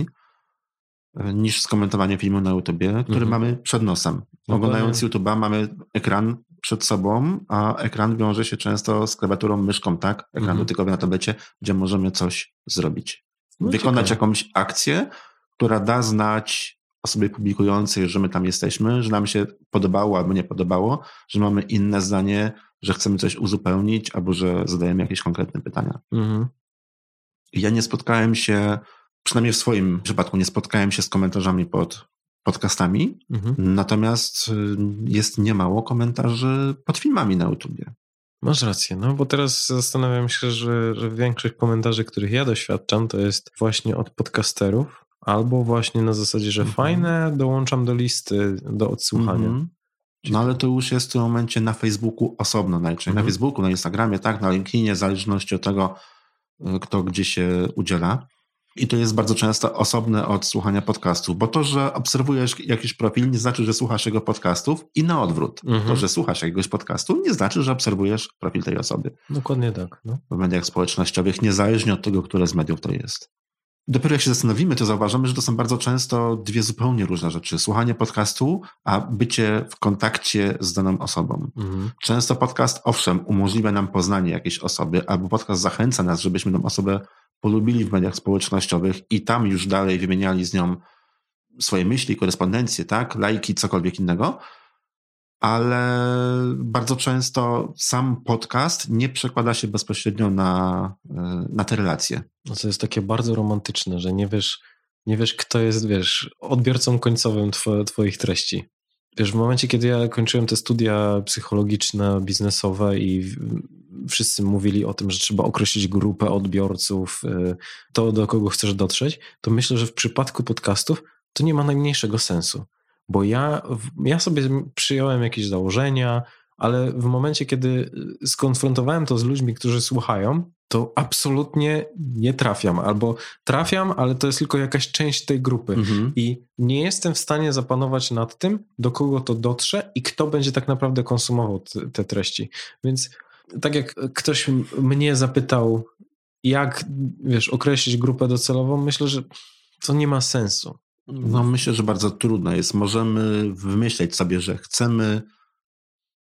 niż skomentowanie filmu na YouTubie, który mhm. mamy przed nosem. Oglądając no YouTube'a mamy ekran przed sobą, a ekran wiąże się często z klawiaturą, myszką, tak? Ekran mhm. dotykowy na tablecie, gdzie możemy coś zrobić. No Wykonać ciekawe. jakąś akcję, która da znać osobie publikującej, że my tam jesteśmy, że nam się podobało albo nie podobało, że mamy inne zdanie, że chcemy coś uzupełnić albo że zadajemy jakieś konkretne pytania. Mhm. Ja nie spotkałem się Przynajmniej w swoim przypadku nie spotkałem się z komentarzami pod podcastami, mhm. natomiast jest niemało komentarzy pod filmami na YouTubie. Masz rację, no bo teraz zastanawiam się, że, że większość komentarzy, których ja doświadczam, to jest właśnie od podcasterów, albo właśnie na zasadzie, że mhm. fajne, dołączam do listy do odsłuchania. Mhm. No ale to już jest w tym momencie na Facebooku osobno najczęściej. Mhm. Na Facebooku, na Instagramie, tak, na LinkedInie, w zależności od tego, kto gdzie się udziela. I to jest bardzo często osobne od słuchania podcastów, bo to, że obserwujesz jakiś profil, nie znaczy, że słuchasz jego podcastów i na odwrót. Mhm. To, że słuchasz jakiegoś podcastu, nie znaczy, że obserwujesz profil tej osoby. Dokładnie tak. No. W mediach społecznościowych, niezależnie od tego, które z mediów to jest. Dopiero jak się zastanowimy, to zauważamy, że to są bardzo często dwie zupełnie różne rzeczy. Słuchanie podcastu, a bycie w kontakcie z daną osobą. Mhm. Często podcast, owszem, umożliwia nam poznanie jakiejś osoby, albo podcast zachęca nas, żebyśmy tą osobę polubili w mediach społecznościowych i tam już dalej wymieniali z nią swoje myśli, korespondencje, tak, lajki, cokolwiek innego, ale bardzo często sam podcast nie przekłada się bezpośrednio na, na te relacje. No to jest takie bardzo romantyczne, że nie wiesz, nie wiesz kto jest, wiesz, odbiorcą końcowym two, twoich treści. Wiesz, w momencie, kiedy ja kończyłem te studia psychologiczne, biznesowe i wszyscy mówili o tym, że trzeba określić grupę odbiorców, to do kogo chcesz dotrzeć, to myślę, że w przypadku podcastów to nie ma najmniejszego sensu. Bo ja, ja sobie przyjąłem jakieś założenia, ale w momencie, kiedy skonfrontowałem to z ludźmi, którzy słuchają, to absolutnie nie trafiam. Albo trafiam, ale to jest tylko jakaś część tej grupy. Mhm. I nie jestem w stanie zapanować nad tym, do kogo to dotrze i kto będzie tak naprawdę konsumował te, te treści. Więc tak jak ktoś mnie zapytał, jak, wiesz, określić grupę docelową, myślę, że to nie ma sensu. No myślę, że bardzo trudno jest. Możemy wymyśleć sobie, że chcemy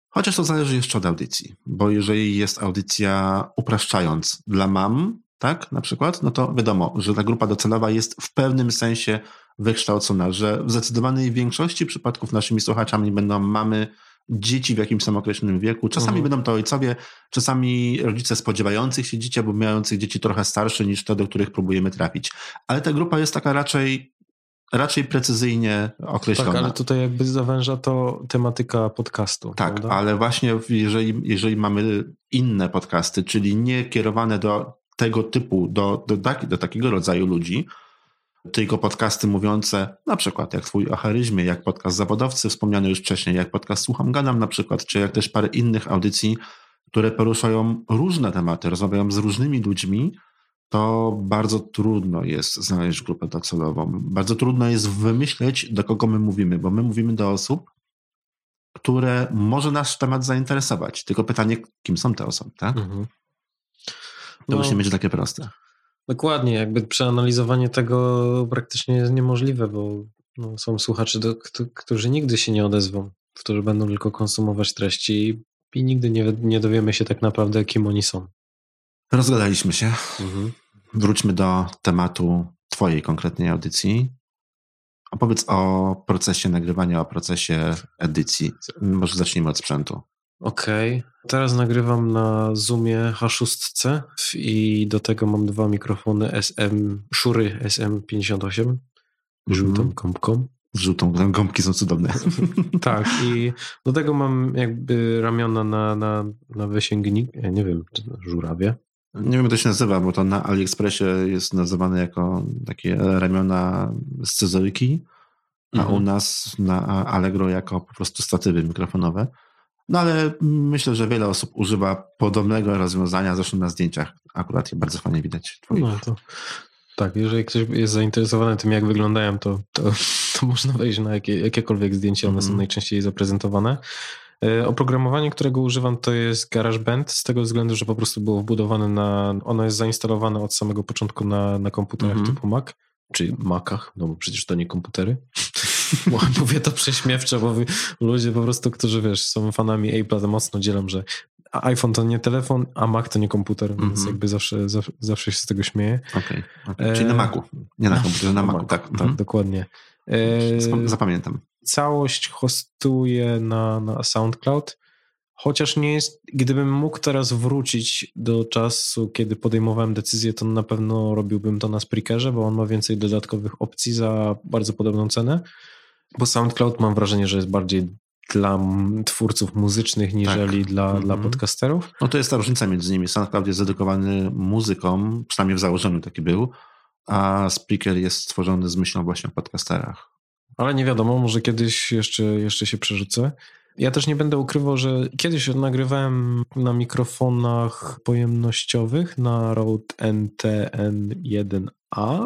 Chociaż to zależy jeszcze od audycji, bo jeżeli jest audycja, upraszczając, dla mam, tak, na przykład, no to wiadomo, że ta grupa docelowa jest w pewnym sensie wykształcona, że w zdecydowanej większości przypadków naszymi słuchaczami będą mamy, dzieci w jakimś tam określonym wieku. Czasami mhm. będą to ojcowie, czasami rodzice spodziewających się dzieci, albo mających dzieci trochę starsze niż te, do których próbujemy trafić. Ale ta grupa jest taka raczej raczej precyzyjnie określona. Tak, ale tutaj jakby zawęża to tematyka podcastu. Tak, prawda? Ale właśnie jeżeli, jeżeli mamy inne podcasty, czyli nie kierowane do tego typu, do, do, do, do takiego rodzaju ludzi, tylko podcasty mówiące, na przykład jak twój o charyzmie, jak podcast Zawodowcy, wspomniany już wcześniej, jak podcast Słucham Gadam na przykład, czy jak też parę innych audycji, które poruszają różne tematy, rozmawiają z różnymi ludźmi, to bardzo trudno jest znaleźć grupę docelową. Bardzo trudno jest wymyśleć, do kogo my mówimy, bo my mówimy do osób, które może nasz temat zainteresować. Tylko pytanie, kim są te osoby, tak? Mhm. To już nie będzie takie proste. Dokładnie, jakby przeanalizowanie tego praktycznie jest niemożliwe, bo no, są słuchacze, do, którzy nigdy się nie odezwą, którzy będą tylko konsumować treści i nigdy nie, nie dowiemy się tak naprawdę, kim oni są. Rozgadaliśmy się. Mhm. Wróćmy do tematu twojej konkretnej audycji. Opowiedz o procesie nagrywania, o procesie edycji. Może zacznijmy od sprzętu. Okej. Okay. Teraz nagrywam na Zoomie H sześć i do tego mam dwa mikrofony S M, Shure S M pięćdziesiąt osiem z żółtą mm. gąbką. Z żółtą, gąbki są cudowne. Tak, i do tego mam jakby ramiona na, na, na wysięgnik, ja nie wiem, czy żurawie. Nie wiem, jak to się nazywa, bo to na AliExpressie jest nazywane jako takie ramiona scyzoryki, a mhm. u nas na Allegro jako po prostu statywy mikrofonowe. No ale myślę, że wiele osób używa podobnego rozwiązania, zresztą na zdjęciach akurat je bardzo fajnie widać. No to, tak, jeżeli ktoś jest zainteresowany tym, jak wyglądają, to, to, to można wejść na jakie, jakiekolwiek zdjęcie, one mhm. są najczęściej zaprezentowane. Oprogramowanie, którego używam, to jest GarageBand, z tego względu, że po prostu było wbudowane na, ono jest zainstalowane od samego początku na, na komputerach mm-hmm. typu Mac, czy Macach, no bo przecież to nie komputery. Mówię to prześmiewczo, bo ludzie po prostu, którzy wiesz, są fanami Apple'a, to mocno dzielą, że iPhone to nie telefon, a Mac to nie komputer, mm-hmm. więc jakby zawsze, zawsze, zawsze się z tego śmieję. Okej, okay, okay. Czyli na Macu, nie na komputerze, na Macu, tak. Tak, mhm. dokładnie. Zapamiętam. Całość hostuję na, na SoundCloud, chociaż nie jest, gdybym mógł teraz wrócić do czasu, kiedy podejmowałem decyzję, to na pewno robiłbym to na Spreakerze, bo on ma więcej dodatkowych opcji za bardzo podobną cenę, bo SoundCloud mam wrażenie, że jest bardziej dla twórców muzycznych niżeli tak. dla, mm-hmm. dla podcasterów. No to jest ta różnica między nimi. SoundCloud jest dedykowany muzykom, przynajmniej w założeniu taki był, a Spreaker jest stworzony z myślą właśnie o podcasterach. Ale nie wiadomo, może kiedyś jeszcze, jeszcze się przerzucę. Ja też nie będę ukrywał, że kiedyś nagrywałem na mikrofonach pojemnościowych na Rode N T N jeden A.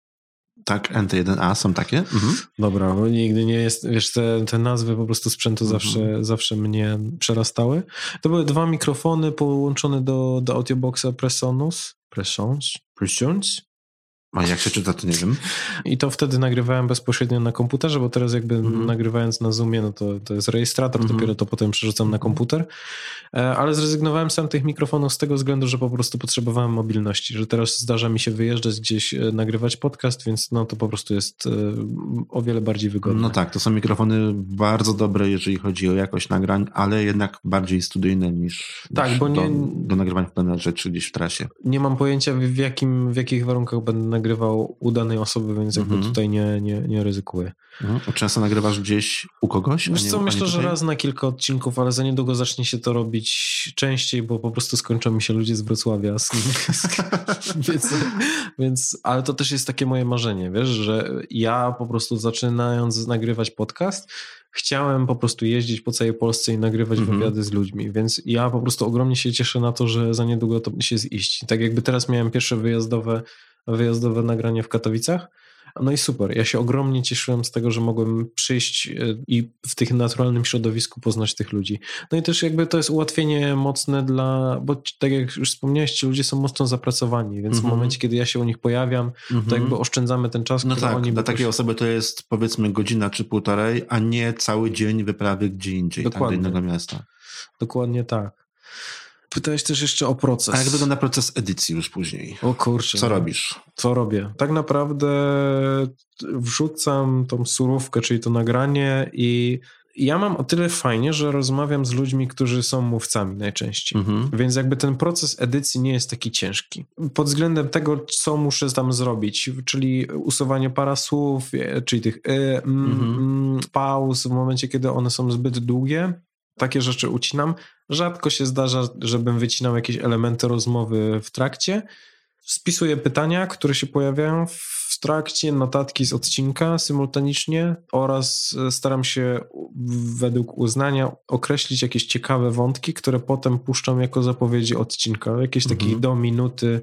Tak, N T jeden A są takie? Mhm. Dobra, bo nigdy nie jest, wiesz, te, te nazwy po prostu sprzętu mhm. zawsze, zawsze mnie przerastały. To były dwa mikrofony połączone do, do Audioboxa Presonus. Presons? Presons? A jak się czyta, to nie wiem. I to wtedy nagrywałem bezpośrednio na komputerze, bo teraz jakby mm. nagrywając na Zoomie, no to, to jest rejestrator, mm. dopiero to potem przerzucam na komputer. Ale zrezygnowałem sam tych mikrofonów z tego względu, że po prostu potrzebowałem mobilności, że teraz zdarza mi się wyjeżdżać gdzieś, nagrywać podcast, więc no to po prostu jest o wiele bardziej wygodne. No tak, to są mikrofony bardzo dobre, jeżeli chodzi o jakość nagrań, ale jednak bardziej studyjne niż, tak, niż bo do, nie, do nagrywania w plenerze czy gdzieś w trasie. Nie mam pojęcia w, jakim, w jakich warunkach będę nagrywał u danej osoby, więc jakby mm-hmm. tutaj nie, nie, nie ryzykuję. Mm-hmm. Często nagrywasz gdzieś u kogoś? Wiesz co, myślę, że raz na kilka odcinków, ale za niedługo zacznie się to robić częściej, bo po prostu skończą mi się ludzie z Wrocławia. Z, z, więc, więc, ale to też jest takie moje marzenie, wiesz, że ja po prostu zaczynając nagrywać podcast, chciałem po prostu jeździć po całej Polsce i nagrywać mm-hmm. wywiady z ludźmi, więc ja po prostu ogromnie się cieszę na to, że za niedługo to się ziści. Tak jakby teraz miałem pierwsze wyjazdowe wyjazdowe nagranie w Katowicach, No i super, ja się ogromnie cieszyłem z tego, że mogłem przyjść i w tym naturalnym środowisku poznać tych ludzi. No i też jakby to jest ułatwienie mocne dla, bo tak jak już wspomniałeś, ci ludzie są mocno zapracowani, więc mm-hmm. w momencie, kiedy ja się u nich pojawiam, mm-hmm. to jakby oszczędzamy ten czas, no który tak, oni... dla takiej osoby to jest powiedzmy godzina czy półtorej, a nie cały dzień wyprawy gdzie indziej, tak, do innego miasta. Dokładnie tak. Pytałeś też jeszcze o proces. A jak wygląda proces edycji już później? O kurczę. Co robisz? Co robię? Tak naprawdę wrzucam tą surówkę, czyli to nagranie i ja mam o tyle fajnie, że rozmawiam z ludźmi, którzy są mówcami najczęściej. Mhm. Więc jakby ten proces edycji nie jest taki ciężki. Pod względem tego, co muszę tam zrobić, czyli usuwanie para słów, czyli tych y, mm, mhm. pauz w momencie, kiedy one są zbyt długie. Takie rzeczy ucinam. Rzadko się zdarza, żebym wycinał jakieś elementy rozmowy w trakcie. Spisuję pytania, które się pojawiają w trakcie, notatki z odcinka symultanicznie oraz staram się według uznania określić jakieś ciekawe wątki, które potem puszczam jako zapowiedzi odcinka. Jakieś mhm. takie do minuty,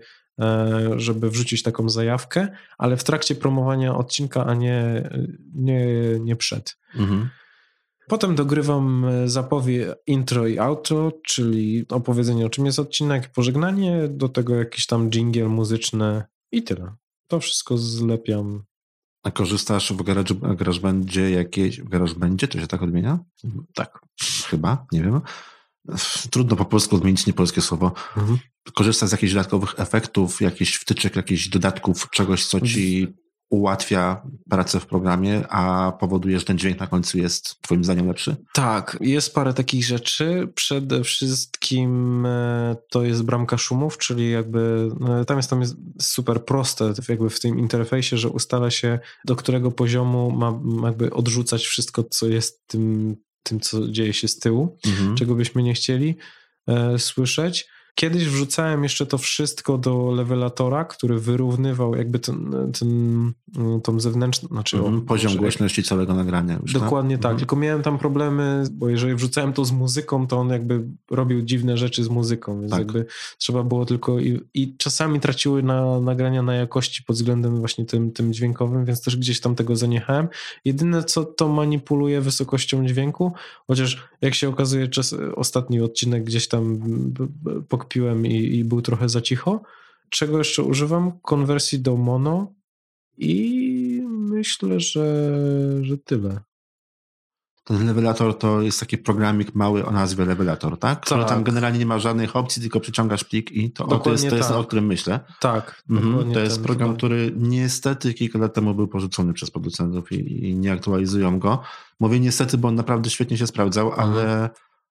żeby wrzucić taką zajawkę, ale w trakcie promowania odcinka, a nie, nie, nie przed. Mhm. Potem dogrywam zapowiedź intro i outro, czyli opowiedzenie, o czym jest odcinek, pożegnanie, do tego jakiś tam dżingiel muzyczny i tyle. To wszystko zlepiam. A korzystasz w GarageBandzie jakieś... W GarageBandzie to się tak odmienia? Tak. Chyba, nie wiem. Trudno po polsku odmienić niepolskie słowo. Mhm. Korzystasz z jakichś dodatkowych efektów, jakichś wtyczek, jakichś dodatków, czegoś, co ci ułatwia pracę w programie, a powoduje, że ten dźwięk na końcu jest twoim zdaniem lepszy? Tak, jest parę takich rzeczy. Przede wszystkim to jest bramka szumów, czyli jakby tam jest, tam jest super proste jakby w tym interfejsie, że ustala się, do którego poziomu ma jakby odrzucać wszystko, co jest tym, tym co dzieje się z tyłu, mhm. czego byśmy nie chcieli e, słyszeć. Kiedyś wrzucałem jeszcze to wszystko do levelatora, który wyrównywał jakby ten, ten, tą zewnętrzną... Znaczy, mm, poziom znaczy, głośności całego nagrania. Już, dokładnie tak, tak. Mm. Tylko miałem tam problemy, bo jeżeli wrzucałem to z muzyką, to on jakby robił dziwne rzeczy z muzyką, więc tak. jakby trzeba było tylko... I, i czasami traciły na nagrania na jakości pod względem właśnie tym, tym dźwiękowym, więc też gdzieś tam tego zaniechałem. Jedyne, co to manipuluje wysokością dźwięku, chociaż jak się okazuje, czas, ostatni odcinek gdzieś tam pokpiłem i, i był trochę za cicho. Czego jeszcze używam? Konwersji do mono i myślę, że, że tyle. Ten levelator to jest taki programik mały o nazwie levelator, tak? Który tak. tam generalnie nie ma żadnych opcji, tylko przyciągasz plik i to, o, to jest, to jest tak. ten, o którym myślę. Tak. Mhm, to jest program, chyba. który niestety kilka lat temu był porzucony przez producentów i, i nie aktualizują go. Mówię niestety, bo on naprawdę świetnie się sprawdzał, mhm. ale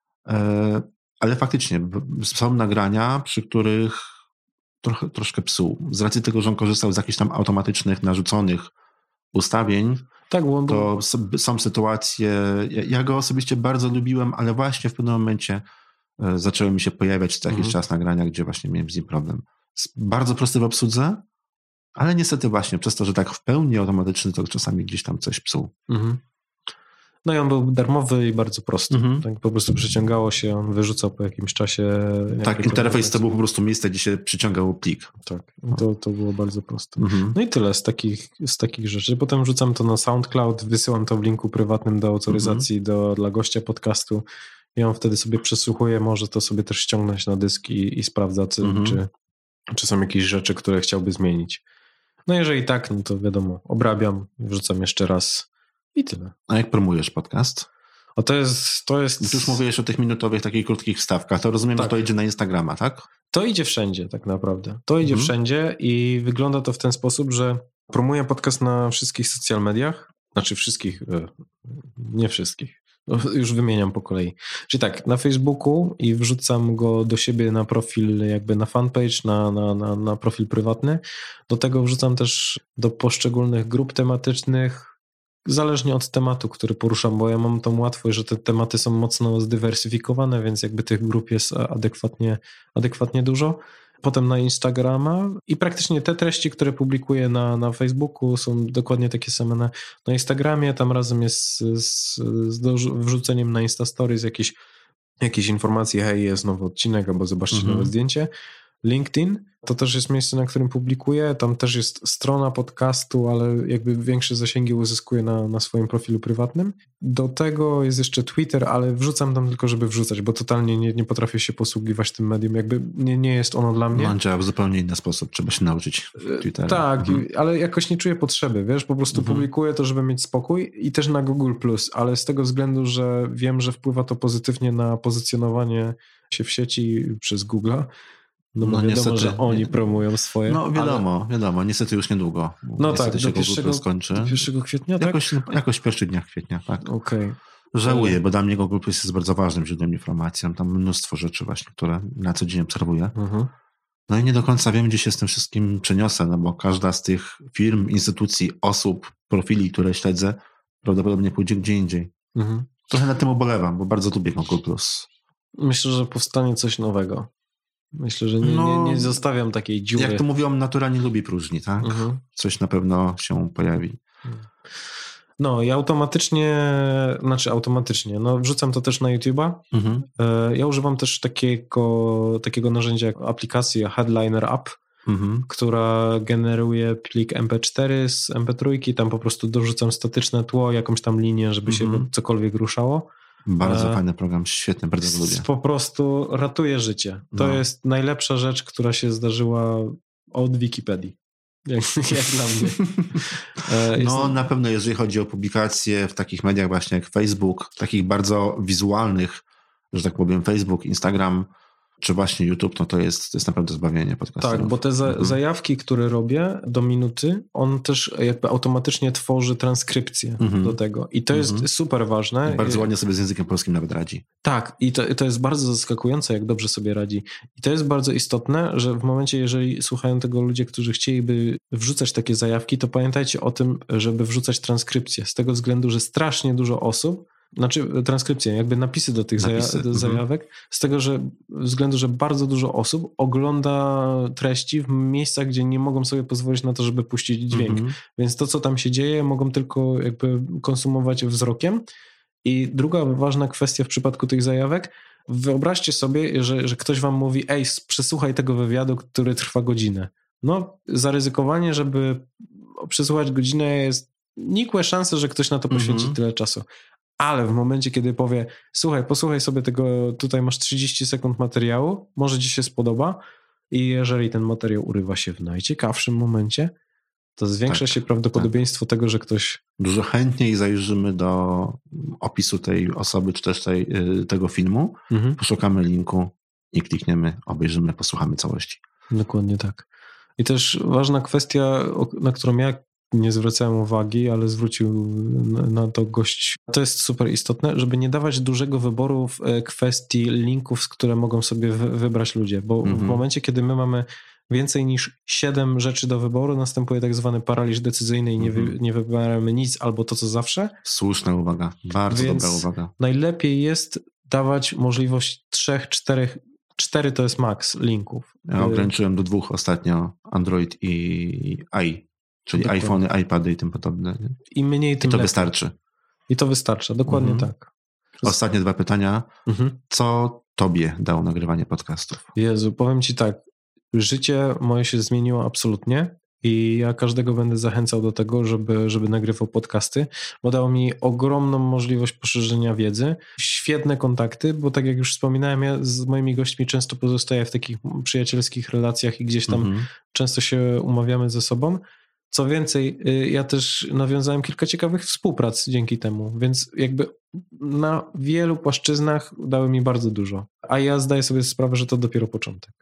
e, ale faktycznie są nagrania, przy których trochę, troszkę psuł. Z racji tego, że on korzystał z jakichś tam automatycznych, narzuconych ustawień, tak, bo to są sytuacje, ja go osobiście bardzo lubiłem, ale właśnie w pewnym momencie zaczęły mi się pojawiać co jakiś mhm. czas nagrania, gdzie właśnie miałem z nim problem. Bardzo prosty w obsłudze, ale niestety właśnie przez to, że tak w pełni automatyczny, to czasami gdzieś tam coś psuł. Mhm. No i on był darmowy i bardzo prosty. Mhm. Tak po prostu przyciągało się, on wyrzucał po jakimś czasie. Tak, interfejs to był po prostu miejsce, gdzie się przyciągał plik. Tak, i to, to było bardzo proste. Mhm. No i tyle z takich, z takich rzeczy. Potem wrzucam to na SoundCloud, wysyłam to w linku prywatnym do autoryzacji mhm. do, dla gościa podcastu i on wtedy sobie przesłuchuje, może to sobie też ściągnąć na dysk i, i sprawdza, czy, mhm. czy, czy są jakieś rzeczy, które chciałby zmienić. No jeżeli tak, no to wiadomo, obrabiam, wrzucam jeszcze raz. I tyle. A jak promujesz podcast? O to jest... To jest... Ty już mówiłeś o tych minutowych, takich krótkich wstawkach. To rozumiem, tak. że to idzie na Instagrama, tak? To idzie wszędzie tak naprawdę. To idzie mhm. wszędzie i wygląda to w ten sposób, że promuję podcast na wszystkich social mediach. Znaczy wszystkich, nie wszystkich. Już wymieniam po kolei. Czyli tak, na Facebooku i wrzucam go do siebie na profil, jakby na fanpage, na, na, na, na profil prywatny. Do tego wrzucam też do poszczególnych grup tematycznych, zależnie od tematu, który poruszam, bo ja mam tą łatwość, że te tematy są mocno zdywersyfikowane, więc jakby tych grup jest adekwatnie, adekwatnie dużo. Potem na Instagrama i praktycznie te treści, które publikuję na, na Facebooku są dokładnie takie same na, na Instagramie. Tam razem jest z, z wrzuceniem na Insta Stories jakieś, jakieś informacje, hej, jest nowy odcinek, albo zobaczcie mhm. nowe zdjęcie. LinkedIn to też jest miejsce, na którym publikuję. Tam też jest strona podcastu, ale jakby większe zasięgi uzyskuję na, na swoim profilu prywatnym. Do tego jest jeszcze Twitter, ale wrzucam tam tylko, żeby wrzucać, bo totalnie nie, nie potrafię się posługiwać tym medium. Jakby nie, nie jest ono dla mnie. On działa w zupełnie inny sposób. Trzeba się nauczyć Twittera. Tak, mhm. ale jakoś nie czuję potrzeby, wiesz, po prostu mhm. publikuję to, żeby mieć spokój i też na Google plus, ale z tego względu, że wiem, że wpływa to pozytywnie na pozycjonowanie się w sieci przez Google'a. No, no wiadomo, niestety, że oni nie, promują swoje. No wiadomo, ale... wiadomo, niestety już niedługo. No tak, się do pierwszego, skończy. do pierwszego kwietnia, tak? Jakoś, jakoś w pierwszych dniach kwietnia, tak. Okej. Okay. Żałuję, bo dla mnie Google Plus jest bardzo ważnym źródłem informacji. Mam tam mnóstwo rzeczy właśnie, które na co dzień obserwuję. Mhm. No i nie do końca wiem, gdzie się z tym wszystkim przeniosę, no bo każda z tych firm, instytucji, osób, profili, które śledzę, prawdopodobnie pójdzie gdzie indziej. Mhm. Trochę nad tym ubolewam, bo bardzo lubię Google Plus. Myślę, że powstanie coś nowego. Myślę, że nie, no, nie, nie zostawiam takiej dziury. Jak to mówią, natura nie lubi próżni, tak? Mhm. Coś na pewno się pojawi. No i automatycznie, znaczy automatycznie, no wrzucam to też na YouTube'a. Mhm. Ja używam też takiego, takiego narzędzia jak aplikacja Headliner App, mhm. która generuje plik em pe cztery z em pe trzy, tam po prostu dorzucam statyczne tło, jakąś tam linię, żeby mhm. się cokolwiek ruszało. Bardzo e, fajny program, świetny, bardzo go lubię. Po prostu ratuje życie. To no. jest najlepsza rzecz, która się zdarzyła od Wikipedii. Jak, jak dla mnie. E, no jest... na pewno jeżeli chodzi o publikacje w takich mediach właśnie jak Facebook, takich bardzo wizualnych, że tak powiem Facebook, Instagram, czy właśnie YouTube, no to jest, to jest naprawdę zbawienie podcasterów. Tak, bo te za, mhm. zajawki, które robię do minuty, on też jakby automatycznie tworzy transkrypcję mhm. do tego. I to mhm. jest super ważne. I bardzo ładnie sobie z językiem polskim nawet radzi. Tak, i to, to jest bardzo zaskakujące, jak dobrze sobie radzi. I to jest bardzo istotne, że w momencie, jeżeli słuchają tego ludzie, którzy chcieliby wrzucać takie zajawki, to pamiętajcie o tym, żeby wrzucać transkrypcję. Z tego względu, że strasznie dużo osób, znaczy transkrypcję, jakby napisy do tych napisy. Zaja- zajawek, mhm. z tego że względu, że bardzo dużo osób ogląda treści w miejscach, gdzie nie mogą sobie pozwolić na to, żeby puścić dźwięk. Mhm. Więc to, co tam się dzieje, mogą tylko jakby konsumować wzrokiem. I druga ważna kwestia w przypadku tych zajawek, wyobraźcie sobie, że, że ktoś wam mówi, ej, przesłuchaj tego wywiadu, który trwa godzinę. No, zaryzykowanie, żeby przesłuchać godzinę jest nikłe szanse, że ktoś na to poświęci mhm. tyle czasu. Ale w momencie, kiedy powie, słuchaj, posłuchaj sobie tego, tutaj masz trzydzieści sekund materiału, może ci się spodoba i jeżeli ten materiał urywa się w najciekawszym momencie, to zwiększa tak, się prawdopodobieństwo tak. tego, że ktoś... Dużo chętniej zajrzymy do opisu tej osoby, czy też tej, tego filmu, mhm. poszukamy linku i klikniemy, obejrzymy, posłuchamy całości. Dokładnie tak. I też ważna kwestia, na którą ja nie zwracałem uwagi, ale zwrócił na to gość. To jest super istotne, żeby nie dawać dużego wyboru w kwestii linków, które mogą sobie wybrać ludzie, bo mm-hmm. w momencie, kiedy my mamy więcej niż siedem rzeczy do wyboru, następuje tak zwany paraliż decyzyjny i nie, wy, nie wybieramy nic albo to, co zawsze. Słuszna uwaga, bardzo Więc dobra uwaga. Najlepiej jest dawać możliwość trzech, czterech, cztery to jest maks linków. Ja ograniczyłem do dwóch ostatnio, Android i i. Czyli dokładnie. iPhony, iPady i tym podobne. Nie? I mniej, tym I to lepiej. wystarczy. I to wystarcza, dokładnie mhm. tak. Ostatnie dwa pytania. Mhm. Co tobie dało nagrywanie podcastów? Jezu, powiem ci tak. Życie moje się zmieniło absolutnie i ja każdego będę zachęcał do tego, żeby, żeby nagrywał podcasty, bo dało mi ogromną możliwość poszerzenia wiedzy, świetne kontakty, bo tak jak już wspominałem, ja z moimi gośćmi często pozostaję w takich przyjacielskich relacjach i gdzieś tam mhm. często się umawiamy ze sobą. Co więcej, ja też nawiązałem kilka ciekawych współprac dzięki temu, więc jakby na wielu płaszczyznach dały mi bardzo dużo. A ja zdaję sobie sprawę, że to dopiero początek.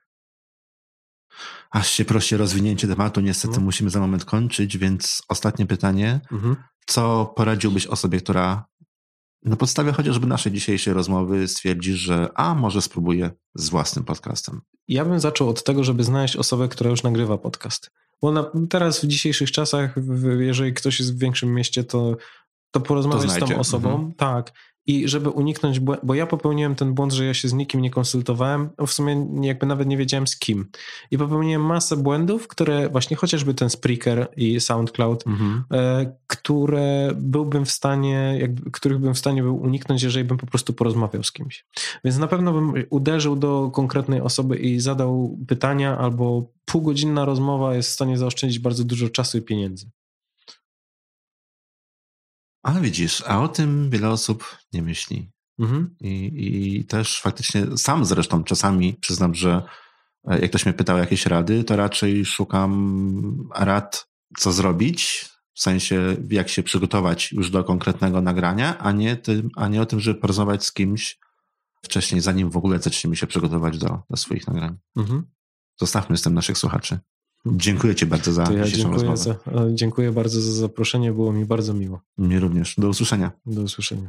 Aż się prosi o rozwinięcie tematu, niestety mhm. musimy za moment kończyć, więc ostatnie pytanie. Mhm. Co poradziłbyś osobie, która na podstawie chociażby naszej dzisiejszej rozmowy stwierdzi, że a może spróbuję z własnym podcastem? Ja bym zaczął od tego, żeby znaleźć osobę, która już nagrywa podcast. Bo na, teraz w dzisiejszych czasach, jeżeli ktoś jest w większym mieście, to, to porozmawiać to z tą osobą. Mhm. Tak. I żeby uniknąć, błę- bo ja popełniłem ten błąd, że ja się z nikim nie konsultowałem, w sumie jakby nawet nie wiedziałem z kim. I popełniłem masę błędów, które właśnie chociażby ten Spreaker i SoundCloud, mhm. e, które byłbym w stanie, jakby, których bym w stanie był uniknąć, jeżeli bym po prostu porozmawiał z kimś. Więc na pewno bym uderzył do konkretnej osoby i zadał pytania, albo półgodzinna rozmowa jest w stanie zaoszczędzić bardzo dużo czasu i pieniędzy. Ale widzisz, a o tym wiele osób nie myśli. Mhm. I, I też faktycznie sam zresztą czasami przyznam, że jak ktoś mnie pytał o jakieś rady, to raczej szukam rad, co zrobić, w sensie jak się przygotować już do konkretnego nagrania, a nie, tym, a nie o tym, żeby porozmawiać z kimś wcześniej, zanim w ogóle zaczniemy się przygotować do, do swoich nagrań. Mhm. Zostawmy z tym naszych słuchaczy. Dziękuję Ci bardzo za to ja dzisiejszą dziękuję rozmowę. Za, dziękuję bardzo za zaproszenie, było mi bardzo miło. Mnie również. Do usłyszenia. Do usłyszenia.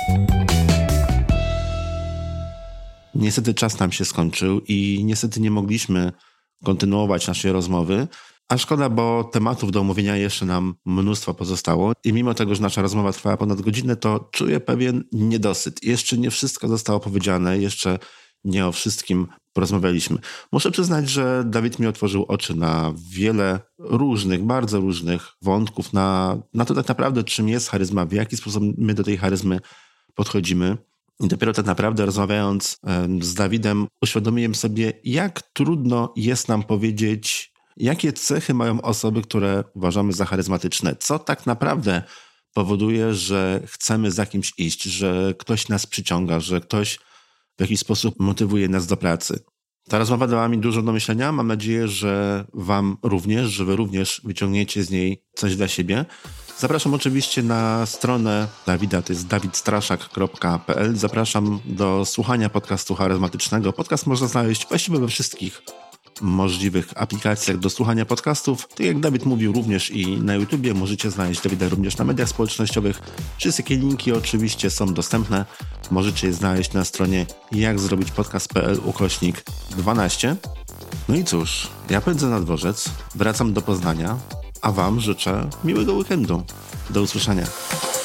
Niestety czas nam się skończył i niestety nie mogliśmy kontynuować naszej rozmowy, a szkoda, bo tematów do omówienia jeszcze nam mnóstwo pozostało i mimo tego, że nasza rozmowa trwała ponad godzinę, to czuję pewien niedosyt. Jeszcze nie wszystko zostało powiedziane, jeszcze nie o wszystkim porozmawialiśmy. Muszę przyznać, że Dawid mi otworzył oczy na wiele różnych, bardzo różnych wątków, na, na to tak naprawdę, czym jest charyzma, w jaki sposób my do tej charyzmy podchodzimy. I dopiero tak naprawdę rozmawiając z Dawidem uświadomiłem sobie, jak trudno jest nam powiedzieć, jakie cechy mają osoby, które uważamy za charyzmatyczne. Co tak naprawdę powoduje, że chcemy za kimś iść, że ktoś nas przyciąga, że ktoś w jakiś sposób motywuje nas do pracy. Ta rozmowa dała mi dużo do myślenia. Mam nadzieję, że wam również, że wy również wyciągniecie z niej coś dla siebie. Zapraszam oczywiście na stronę Dawida, to jest dawid straszak kropka p l. Zapraszam do słuchania podcastu charyzmatycznego. Podcast można znaleźć właściwie we wszystkich możliwych aplikacjach do słuchania podcastów. Tak jak Dawid mówił, również i na YouTubie. Możecie znaleźć Dawida również na mediach społecznościowych. Wszystkie linki oczywiście są dostępne. Możecie je znaleźć na stronie jak zrobić podcast kropka p l ukośnik dwanaście. No i cóż, ja pędzę na dworzec, wracam do Poznania, a wam życzę miłego weekendu. Do usłyszenia.